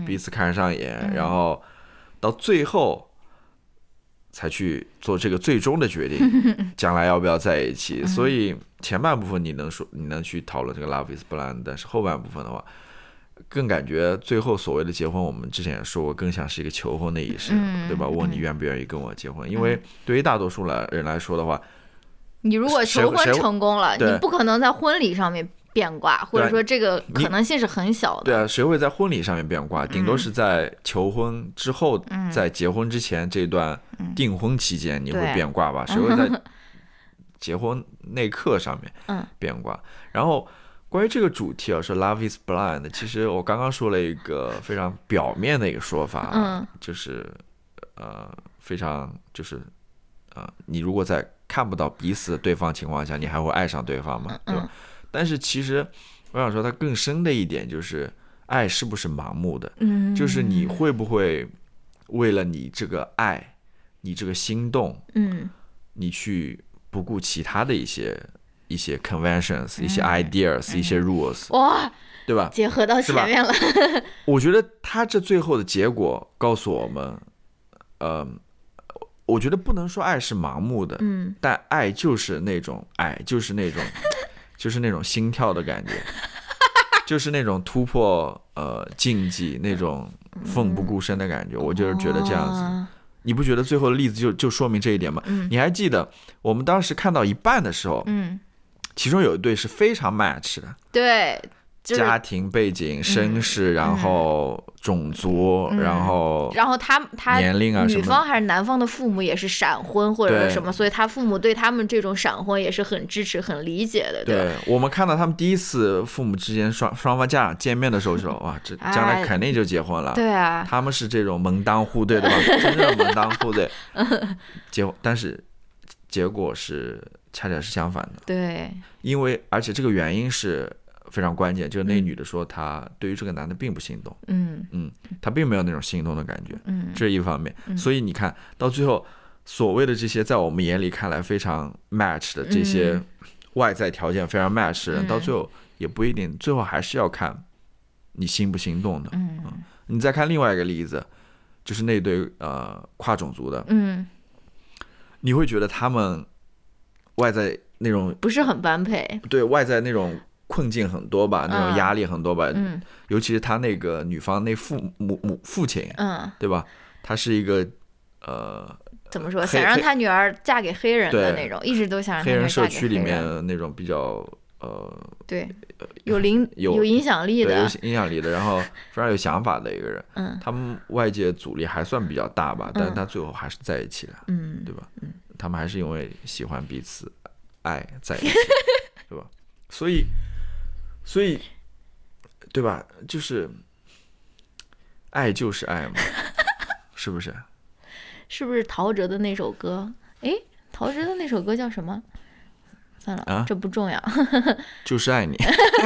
彼此看上眼，嗯、然后到最后才去做这个最终的决定，将来要不要在一起。所以前半部分你能说你能去讨论这个 Love is Blind， 但是后半部分的话，更感觉最后所谓的结婚，我们之前也说过，更像是一个求婚的仪式，嗯、对吧？问你愿不愿意跟我结婚？因为对于大多数来人来说的话， 你如果求婚成功了，你不可能在婚礼上面变卦，或者说这个可能性是很小的。 对啊，谁会在婚礼上面变卦？顶多是在求婚之后，嗯、在结婚之前这段订婚期间你会变卦吧？谁会在结婚那一刻上面变卦？嗯、然后关于这个主题啊，说 Love is Blind， 其实我刚刚说了一个非常表面的一个说法，嗯、就是呃非常就是呃你如果在看不到彼此的对方情况下，你还会爱上对方吗？对吧？嗯、但是其实我想说，它更深的一点就是，爱是不是盲目的？嗯，就是你会不会为了你这个爱，你这个心动，嗯，你去不顾其他的一些一些 conventions、嗯、一些 ideas、嗯、一些 rules， 哇， 对吧？ 结合到前面了。 我觉得他这最后的结果告诉我们，呃。我觉得不能说爱是盲目的，嗯，但爱就是那种爱，就是那种，就是那种心跳的感觉，就是那种突破呃禁忌，那种奋不顾身的感觉。嗯、我就是觉得这样子，哦、你不觉得最后的例子就就说明这一点吗？嗯、你还记得我们当时看到一半的时候，嗯，其中有一对是非常 match 的， 对。就是、 家庭背景、身世，嗯、然后种族，嗯、然后然后他他年龄啊， 女方还是男方的父母也是闪婚或者什么，所以他父母对他们这种闪婚也是很支持、很理解的。对， 对我们看到他们第一次父母之间双双方家长见面的时候，就说哇，这将来肯定就结婚了。 哎、对啊， 他们是这种门当户对，对吧？真正的门当户对，结婚，但是结果是恰恰是相反的。 对， 因为而且这个原因是。非常关键，就是那女的说她对于这个男的并不心动，嗯嗯，她并没有那种心动的感觉，嗯，这是一方面。嗯、所以你看到最后，所谓的这些在我们眼里看来非常 match 的这些外在条件非常 match 的人，嗯、到最后也不一定，最后还是要看你心不心动的。嗯，嗯你再看另外一个例子，就是那对呃跨种族的，嗯，你会觉得他们外在那种不是很般配， 对外在那种。困境很多吧，那种压力很多吧，嗯、尤其是他那个女方那父母母父亲，嗯，对吧？他是一个呃， 怎么说？想让他女儿嫁给黑人的那种，一直都想让他黑人社区里面那种比较呃， 对，有领有有影响力的， 有影响力的，然后非常有想法的一个人。嗯，他们外界阻力还算比较大吧，但是他最后还是在一起了，嗯，对吧？嗯，他们还是因为喜欢彼此，爱在一起，对吧？所以。所以，对吧？就是爱就是爱嘛，是不是？ 是不是陶喆的那首歌？哎，陶喆的那首歌叫什么？算了，啊、这不重要。 就是爱你。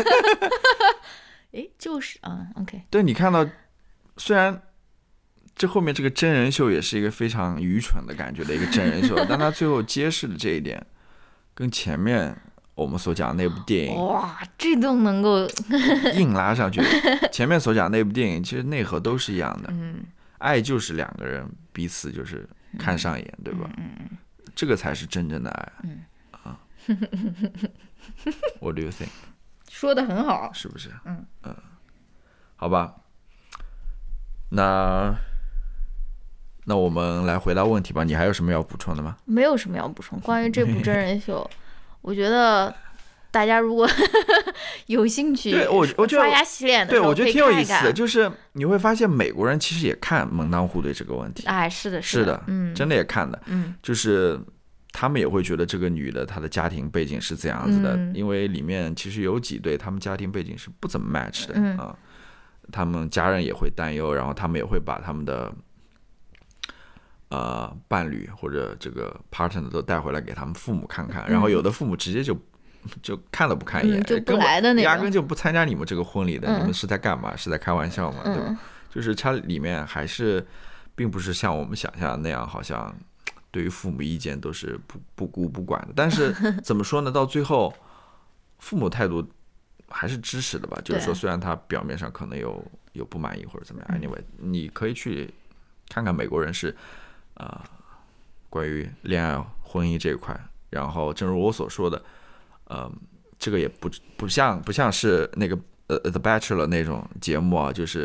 哎，就是啊 ，OK。 对，你看到，虽然这后面这个真人秀也是一个非常愚蠢的感觉的一个真人秀，但他最后揭示的这一点，跟前面。我们所讲的那部电影， 哇，这都能够硬拉上去。前面所讲的那部电影，其实内核都是一样的。嗯，爱就是两个人彼此就是看上眼，嗯、对吧？嗯嗯，这个才是真正的爱。嗯啊。What do you think？ 说得很好， 是不是？嗯嗯，好吧。那那我们来回答问题吧。你还有什么要补充的吗？ 没有什么要补充。关于这部真人秀。我觉得大家如果有兴趣， 对我我刷牙洗脸的时候， 对我觉得挺有意思的，就是你会发现美国人其实也看门当户对这个问题。 哎，是的， 是的， 嗯，真的也看的，嗯，就是他们也会觉得这个女的她的家庭背景是这样子的，嗯、因为里面其实有几对他们家庭背景是不怎么 match 的、嗯、啊，他们家人也会担忧，然后他们也会把他们的。呃，伴侣或者这个 partner 都带回来给他们父母看看，嗯、然后有的父母直接就就看都不看一眼， 嗯、就不来的那种， 压根就不参加你们这个婚礼的，嗯、你们是在干嘛？是在开玩笑吗？嗯、对吧？就是它里面还是并不是像我们想象的那样，好像对于父母意见都是不不顾不管的。但是怎么说呢？到最后，父母态度还是支持的吧，就是说虽然他表面上可能有有不满意或者怎么样 ，anyway， 你可以去看看美国人是啊、呃、关于恋爱婚姻这一块，然后正如我所说的，呃，这个也不不像不像是那个呃 The Bachelor 那种节目啊，就是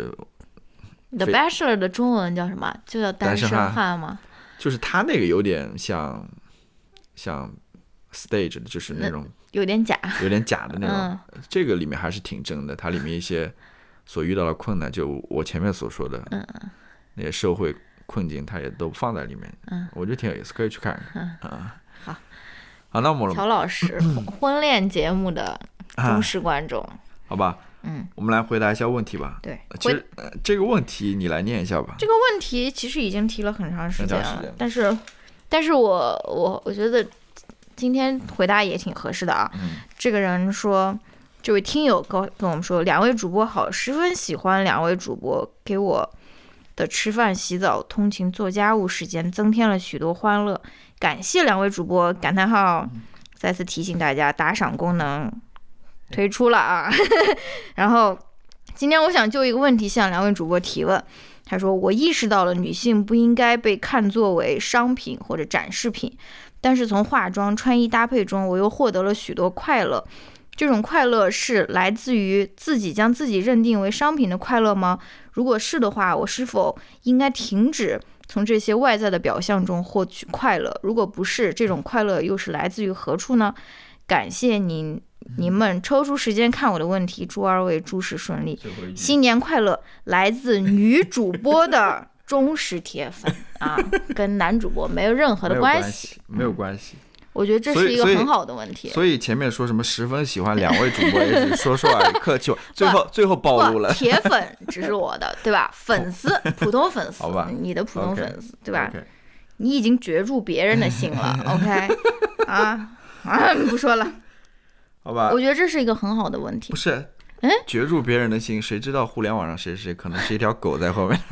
The Bachelor 的中文叫什么？就叫单身汉吗？ 就是他那个有点像像 stage 的，就是那种有点假， 有点假的那种。 嗯、 这个里面还是挺真的，它里面一些所遇到的困难，就我前面所说的， 嗯那些社会困境，它也都放在里面。 嗯， 我觉得挺有意思，可以去看看。 嗯， 啊， 好， 好，那我们乔老师婚恋节目的忠实观众，啊、 好吧。 嗯， 我们来回答一下问题吧。 对， 其实、呃、这个问题你来念一下吧。 这个问题其实已经提了很长时间了，但是，但是我我我觉得今天回答也挺合适的啊。 嗯、 这个人说，这位听友跟跟我们说，两位主播好，十分喜欢两位主播给我的吃饭、洗澡、通勤、做家务时间增添了许多欢乐，感谢两位主播！感叹号！再次提醒大家，打赏功能推出了啊！然后今天我想就一个问题向两位主播提问。他说：“我意识到了女性不应该被看作为商品或者展示品，但是从化妆、穿衣搭配中，我又获得了许多快乐。这种快乐是来自于自己将自己认定为商品的快乐吗？如果是的话，我是否应该停止从这些外在的表象中获取快乐？如果不是，这种快乐又是来自于何处呢？感谢您。”你们抽出时间看我的问题，祝二位诸事顺利，新年快乐！来自女主播的忠实铁粉啊，跟男主播没有任何的关系， 没有关系。 嗯、我觉得这是一个很好的问题。 所以, 所以前面说什么十分喜欢两位主播，也是说说而已，客气。最后最后暴露了， 铁粉只是我的，对吧？粉丝，普通粉丝， 好吧， 你的普通粉丝， okay, 对吧？ okay. 你已经攫住别人的心了，OK？ 啊啊，不说了。 好吧， 我觉得这是一个很好的问题。 不是，攫住别人的心，谁知道互联网上谁是谁？可能是一条狗在后面。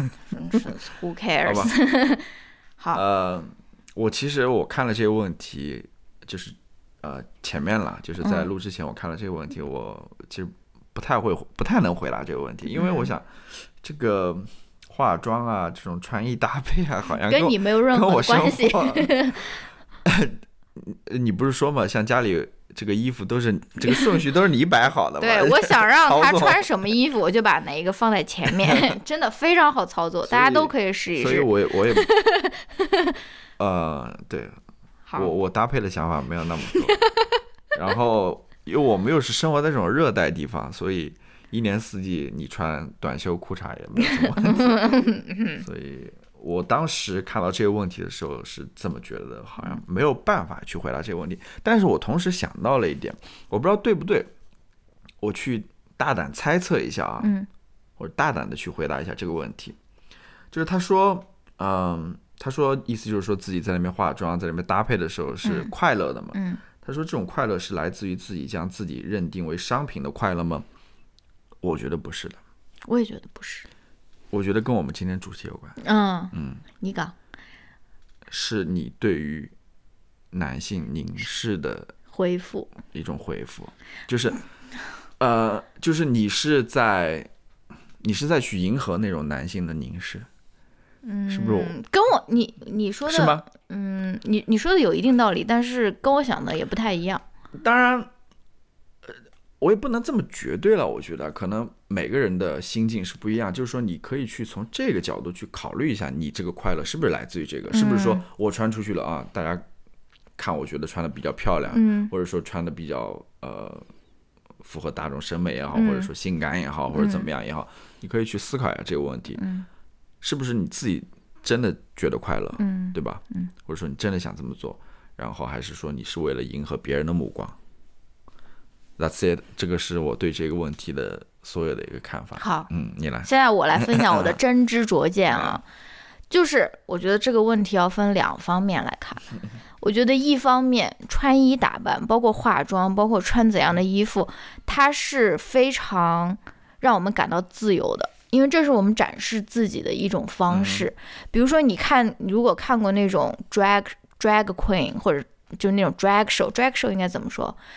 Who cares？ 好吧。 好。 呃，我其实我看了这个问题，就是呃前面了，就是在录之前我看了这个问题，嗯、我其实不太会，不太能回答这个问题，因为我想、嗯、这个化妆啊，这种穿衣搭配啊，好像跟跟你没有任何关系。 你不是说嘛，像家里。这个衣服都是这个顺序都是你摆好的嘛？ 对，我想让他穿什么衣服，我就把哪一个放在前面，真的非常好操作，大家都可以试一试。 所以我也我也，呃，对，我我搭配的想法没有那么多。然后，因为我们又是生活在这种热带地方，所以一年四季你穿短袖裤衩也没有什么问题。所以。我当时看到这个问题的时候是这么觉得的，好像没有办法去回答这个问题。但是我同时想到了一点，我不知道对不对，我去大胆猜测一下啊， 嗯， 或者大胆的去回答一下这个问题。就是他说，嗯，他说意思就是说自己在那边化妆，在那边搭配的时候是快乐的嘛？ 嗯， 他说这种快乐是来自于自己将自己认定为商品的快乐吗？我觉得不是的。 我也觉得不是。 我觉得跟我们今天主题有关。 嗯嗯， 你讲， 是你对于男性凝视的回复一种回复，就是呃，就是你是在你是在去迎合那种男性的凝视， 嗯， 是不是？ 跟我你你说的是吗？ 嗯，你你说的有一定道理，但是跟我想的也不太一样。 当然。我也不能这么绝对了，我觉得可能每个人的心境是不一样，就是说你可以去从这个角度去考虑一下，你这个快乐是不是来自于这个，是不是说我穿出去了啊，大家看我觉得穿的比较漂亮， 嗯， 或者说穿的比较呃符合大众审美也好， 嗯、 或者说性感也好，或者怎么样也好， 嗯、 你可以去思考一下这个问题， 嗯， 是不是你自己真的觉得快乐， 嗯， 对吧？ 嗯， 或者说你真的想这么做，然后还是说你是为了迎合别人的目光。That's it， 这个是我对这个问题的所有的一个看法。 好， 嗯，你来。 现在我来分享我的真知灼见啊，就是我觉得这个问题要分两方面来看。我觉得一方面穿衣打扮，包括化妆，包括穿怎样的衣服，它是非常让我们感到自由的，因为这是我们展示自己的一种方式。嗯、比如说，你看，如果看过那种 drag drag queen 或者就是那种 drag show，drag show 应该怎么说？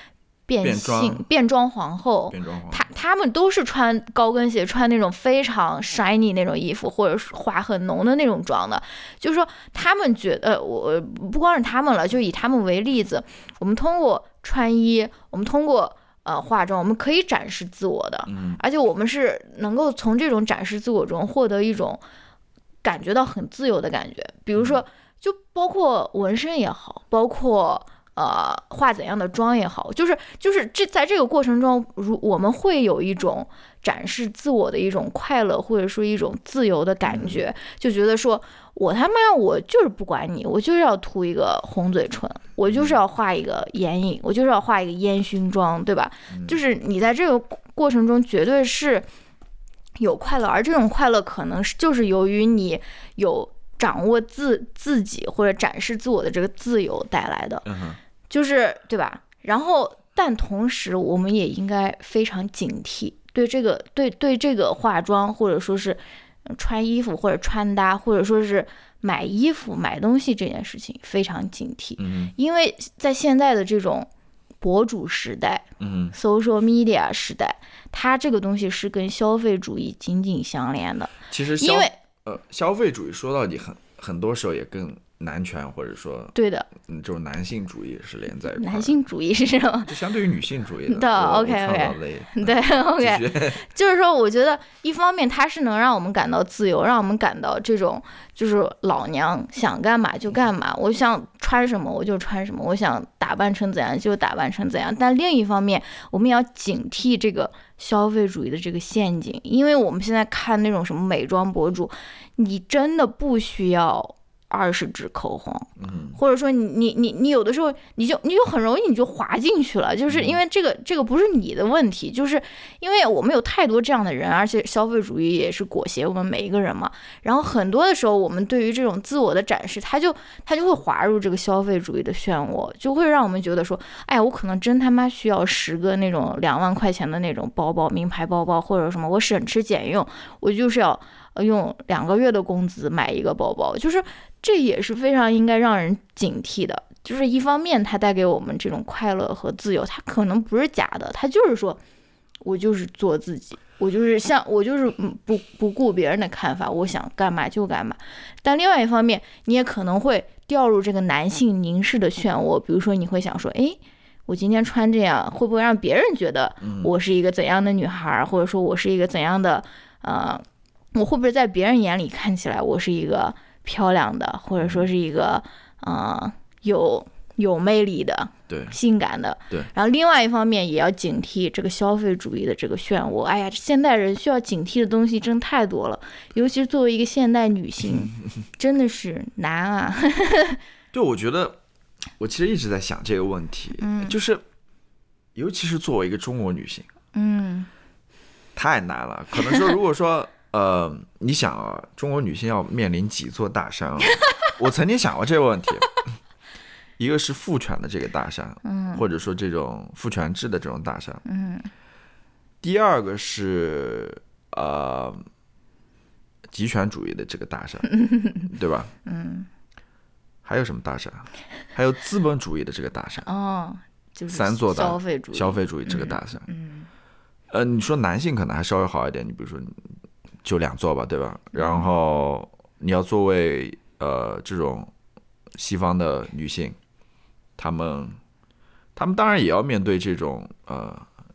变性、变装皇后， 变装皇后， 他他们都是穿高跟鞋，穿那种非常 shiny 那种衣服，或者是化很浓的那种妆的。就是说，他们觉得，我不光是他们了，就以他们为例子，我们通过穿衣，我们通过呃化妆，我们可以展示自我的， 嗯， 而且我们是能够从这种展示自我中获得一种感觉到很自由的感觉。比如说，就包括纹身也好，包括。呃，化怎样的妆也好，就是就是这在这个过程中，如我们会有一种展示自我的一种快乐，或者说一种自由的感觉，就觉得说我他妈我就是不管你，我就是要涂一个红嘴唇，我就是要画一个眼影，我就是要画一个烟熏妆，对吧？就是你在这个过程中绝对是有快乐，而这种快乐可能是就是由于你有掌握自自己或者展示自我的这个自由带来的， 嗯、 就是对吧？然后，但同时我们也应该非常警惕，对这个对对这个化妆或者说是穿衣服或者穿搭或者说是买衣服买东西这件事情非常警惕， 嗯， 因为在现在的这种博主时代， 嗯 social media 时代，它这个东西是跟消费主义紧紧相连的。 其实消因为呃消费主义说到底很很多时候也跟男权或者说对的， 嗯，这种男性主义是连在一块。 男性主义是什么？ 就相对于女性主义的。 的我 OK 我 OK 嗯、 对 OK， 就是说，我觉得一方面它是能让我们感到自由，让我们感到这种就是老娘想干嘛就干嘛，我想穿什么我就穿什么，我想打扮成怎样就打扮成怎样。但另一方面，我们也要警惕这个消费主义的这个陷阱，因为我们现在看那种什么美妆博主，你真的不需要二十支口红， 嗯， 或者说你你你你有的时候你就你就很容易你就滑进去了，就是因为这个这个不是你的问题，就是因为我们有太多这样的人，而且消费主义也是裹挟我们每一个人嘛。然后很多的时候，我们对于这种自我的展示，它就它就会滑入这个消费主义的漩涡，就会让我们觉得说，哎呀，我可能真他妈需要十个那种两万块钱的那种包包，名牌包包或者什么，我省吃俭用，我就是要用两个月的工资买一个包包，就是这也是非常应该让人警惕的。就是一方面它带给我们这种快乐和自由，它可能不是假的，它就是说我就是做自己，我就是像我就是不不顾别人的看法，我想干嘛就干嘛。但另外一方面，你也可能会掉入这个男性凝视的漩涡，比如说你会想说，诶，我今天穿这样会不会让别人觉得我是一个怎样的女孩，或者说我是一个怎样的呃我会不会在别人眼里看起来我是一个漂亮的，或者说是一个呃有有魅力的， 对， 性感的， 对。 然后另外一方面也要警惕这个消费主义的这个漩涡。哎呀，现代人需要警惕的东西真太多了，尤其是作为一个现代女性，真的是难啊。 对，我觉得我其实一直在想这个问题， 嗯， 就是尤其是作为一个中国女性， 嗯， 太难了。可能说，如果说呃，你想啊，中国女性要面临几座大山啊？我曾经想过这个问题，一个是父权的这个大山， 嗯， 或者说这种父权制的这种大山， 嗯， 第二个是呃极权主义的这个大山，对吧？ 嗯， 还有什么大山？还有资本主义的这个大山， 哦，就是三座大消费主义， 消费主义这个大山， 嗯， 呃，你说男性可能还稍微好一点，你比如说就两座吧，对吧？然后你要作为呃这种西方的女性，她们她们当然也要面对这种呃，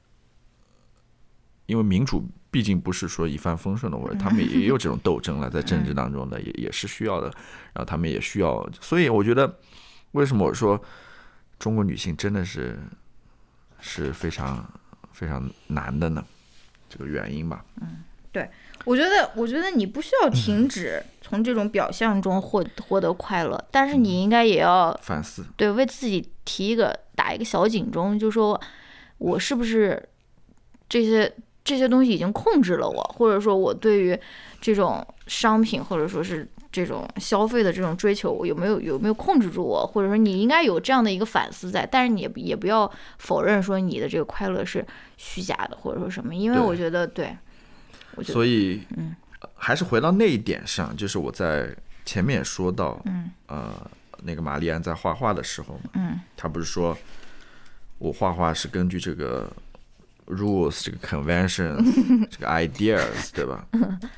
因为民主毕竟不是说一帆风顺的，或者他们也有这种斗争了，在政治当中的也也是需要的，然后他们也需要，所以我觉得为什么我说中国女性真的是是非常非常难的呢？这个原因吧。 嗯，对，我觉得，我觉得你不需要停止从这种表象中获获得快乐，但是你应该也要反思， 对，为自己提一个打一个小警钟，就说我是不是这些这些东西已经控制了我，或者说我对于这种商品或者说是这种消费的这种追求，我有没有有没有控制住我，或者说你应该有这样的一个反思在，但是你也也不要否认说你的这个快乐是虚假的或者说什么，因为我觉得对，我觉得所以嗯， 还是回到那一点上，就是我在前面也说到， 嗯呃，那个玛丽安在画画的时候嘛， 嗯， 她不是说我画画是根据这个 rules 这个 convention 这个 ideas 对吧？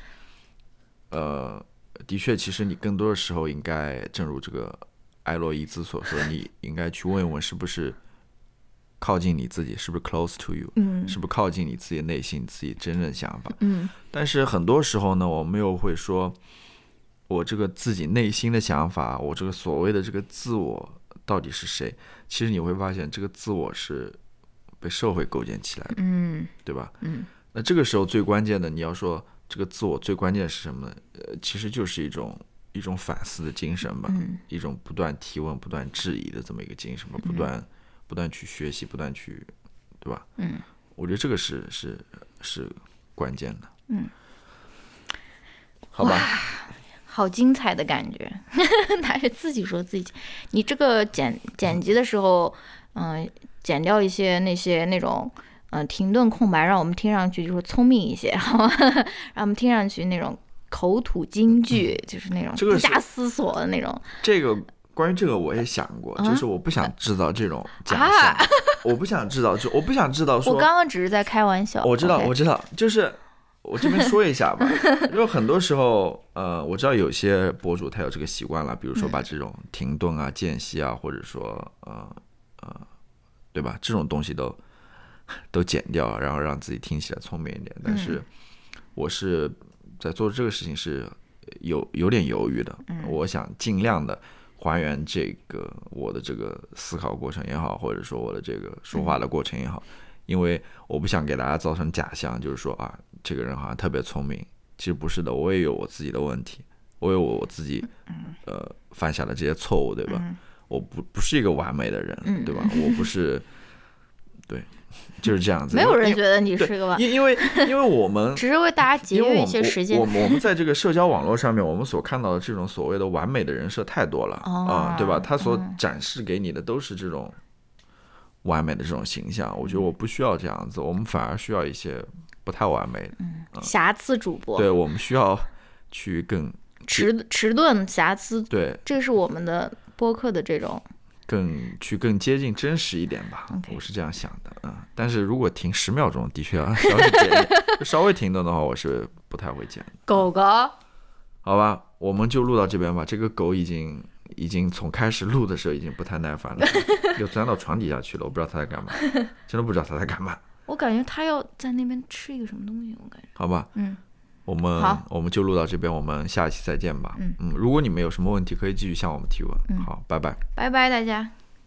呃，的确，其实你更多的时候应该，正如这个埃洛伊兹所说，你应该去问一问，是不是靠近你自己，是不是 close to you，、嗯、是不是靠近你自己内心、自己真正想法。 嗯。 但是很多时候呢，我们又会说，我这个自己内心的想法，我这个所谓的这个自我到底是谁？其实你会发现，这个自我是被社会构建起来的， 嗯， 对吧？ 嗯。 那这个时候最关键的，你要说这个自我最关键是什么呢？呃，其实就是一种一种反思的精神吧， 嗯、 一种不断提问、不断质疑的这么一个精神吧，不断、嗯、不断去学习，不断去，对吧？ 嗯， 我觉得这个是是是关键的。 嗯， 好吧。 好精彩的感觉，他是自己说自己，你这个剪剪辑的时候，嗯、呃，剪掉一些那些那种。嗯、呃，停顿空白，让我们听上去就是聪明一些，好吗？让我们听上去那种口吐金句，嗯、就是那种不加思索的那种。 这个关于这个我也想过，啊、就是我不想制造这种假象，啊、我不想制造，就我不想制造说。 我刚刚只是在开玩笑。 我知道， okay. 我知道，就是我这边说一下吧，因为很多时候，呃，我知道有些博主他有这个习惯了，比如说把这种停顿啊、间隙啊，或者说呃呃，对吧？这种东西都。都剪掉，然后让自己听起来聪明一点。但是我是在做这个事情是有有点犹豫的。我想尽量的还原这个我的这个思考过程也好，或者说我的这个说话的过程也好，因为我不想给大家造成假象，就是说啊，这个人好像特别聪明。其实不是的，我也有我自己的问题，我有我自己呃犯下的这些错误，对吧？我不不是一个完美的人，对吧？我不是对。就是这样子， 没有人觉得你是个完， 因因为因为我们只是为大家节约一些时间。 我我, 我, 我们在这个社交网络上面，我们所看到的这种所谓的完美的人设太多了啊、 哦呃，对吧？他所展示给你的都是这种完美的这种形象。我觉得我不需要这样子，我们反而需要一些不太完美的、 嗯嗯、瑕疵主播。 对，我们需要去更迟迟钝瑕疵。 对， 这是我们的播客的这种。 更去更接近真实一点吧， okay. 我是这样想的，嗯。但是如果停十秒钟，的确要稍微剪，稍微停顿的话，我是不太会剪。 狗狗， 好吧，我们就录到这边吧。这个狗已经已经从开始录的时候已经不太耐烦了，又钻到床底下去了，我不知道它在干嘛，真的不知道它在干嘛。 我感觉它要在那边吃一个什么东西，我感觉。 好吧， 嗯。 我们我们就录到这边，我们下一期再见吧。 嗯嗯，如果你们有什么问题，可以继续向我们提问。 嗯、 好，拜拜， 拜拜大家。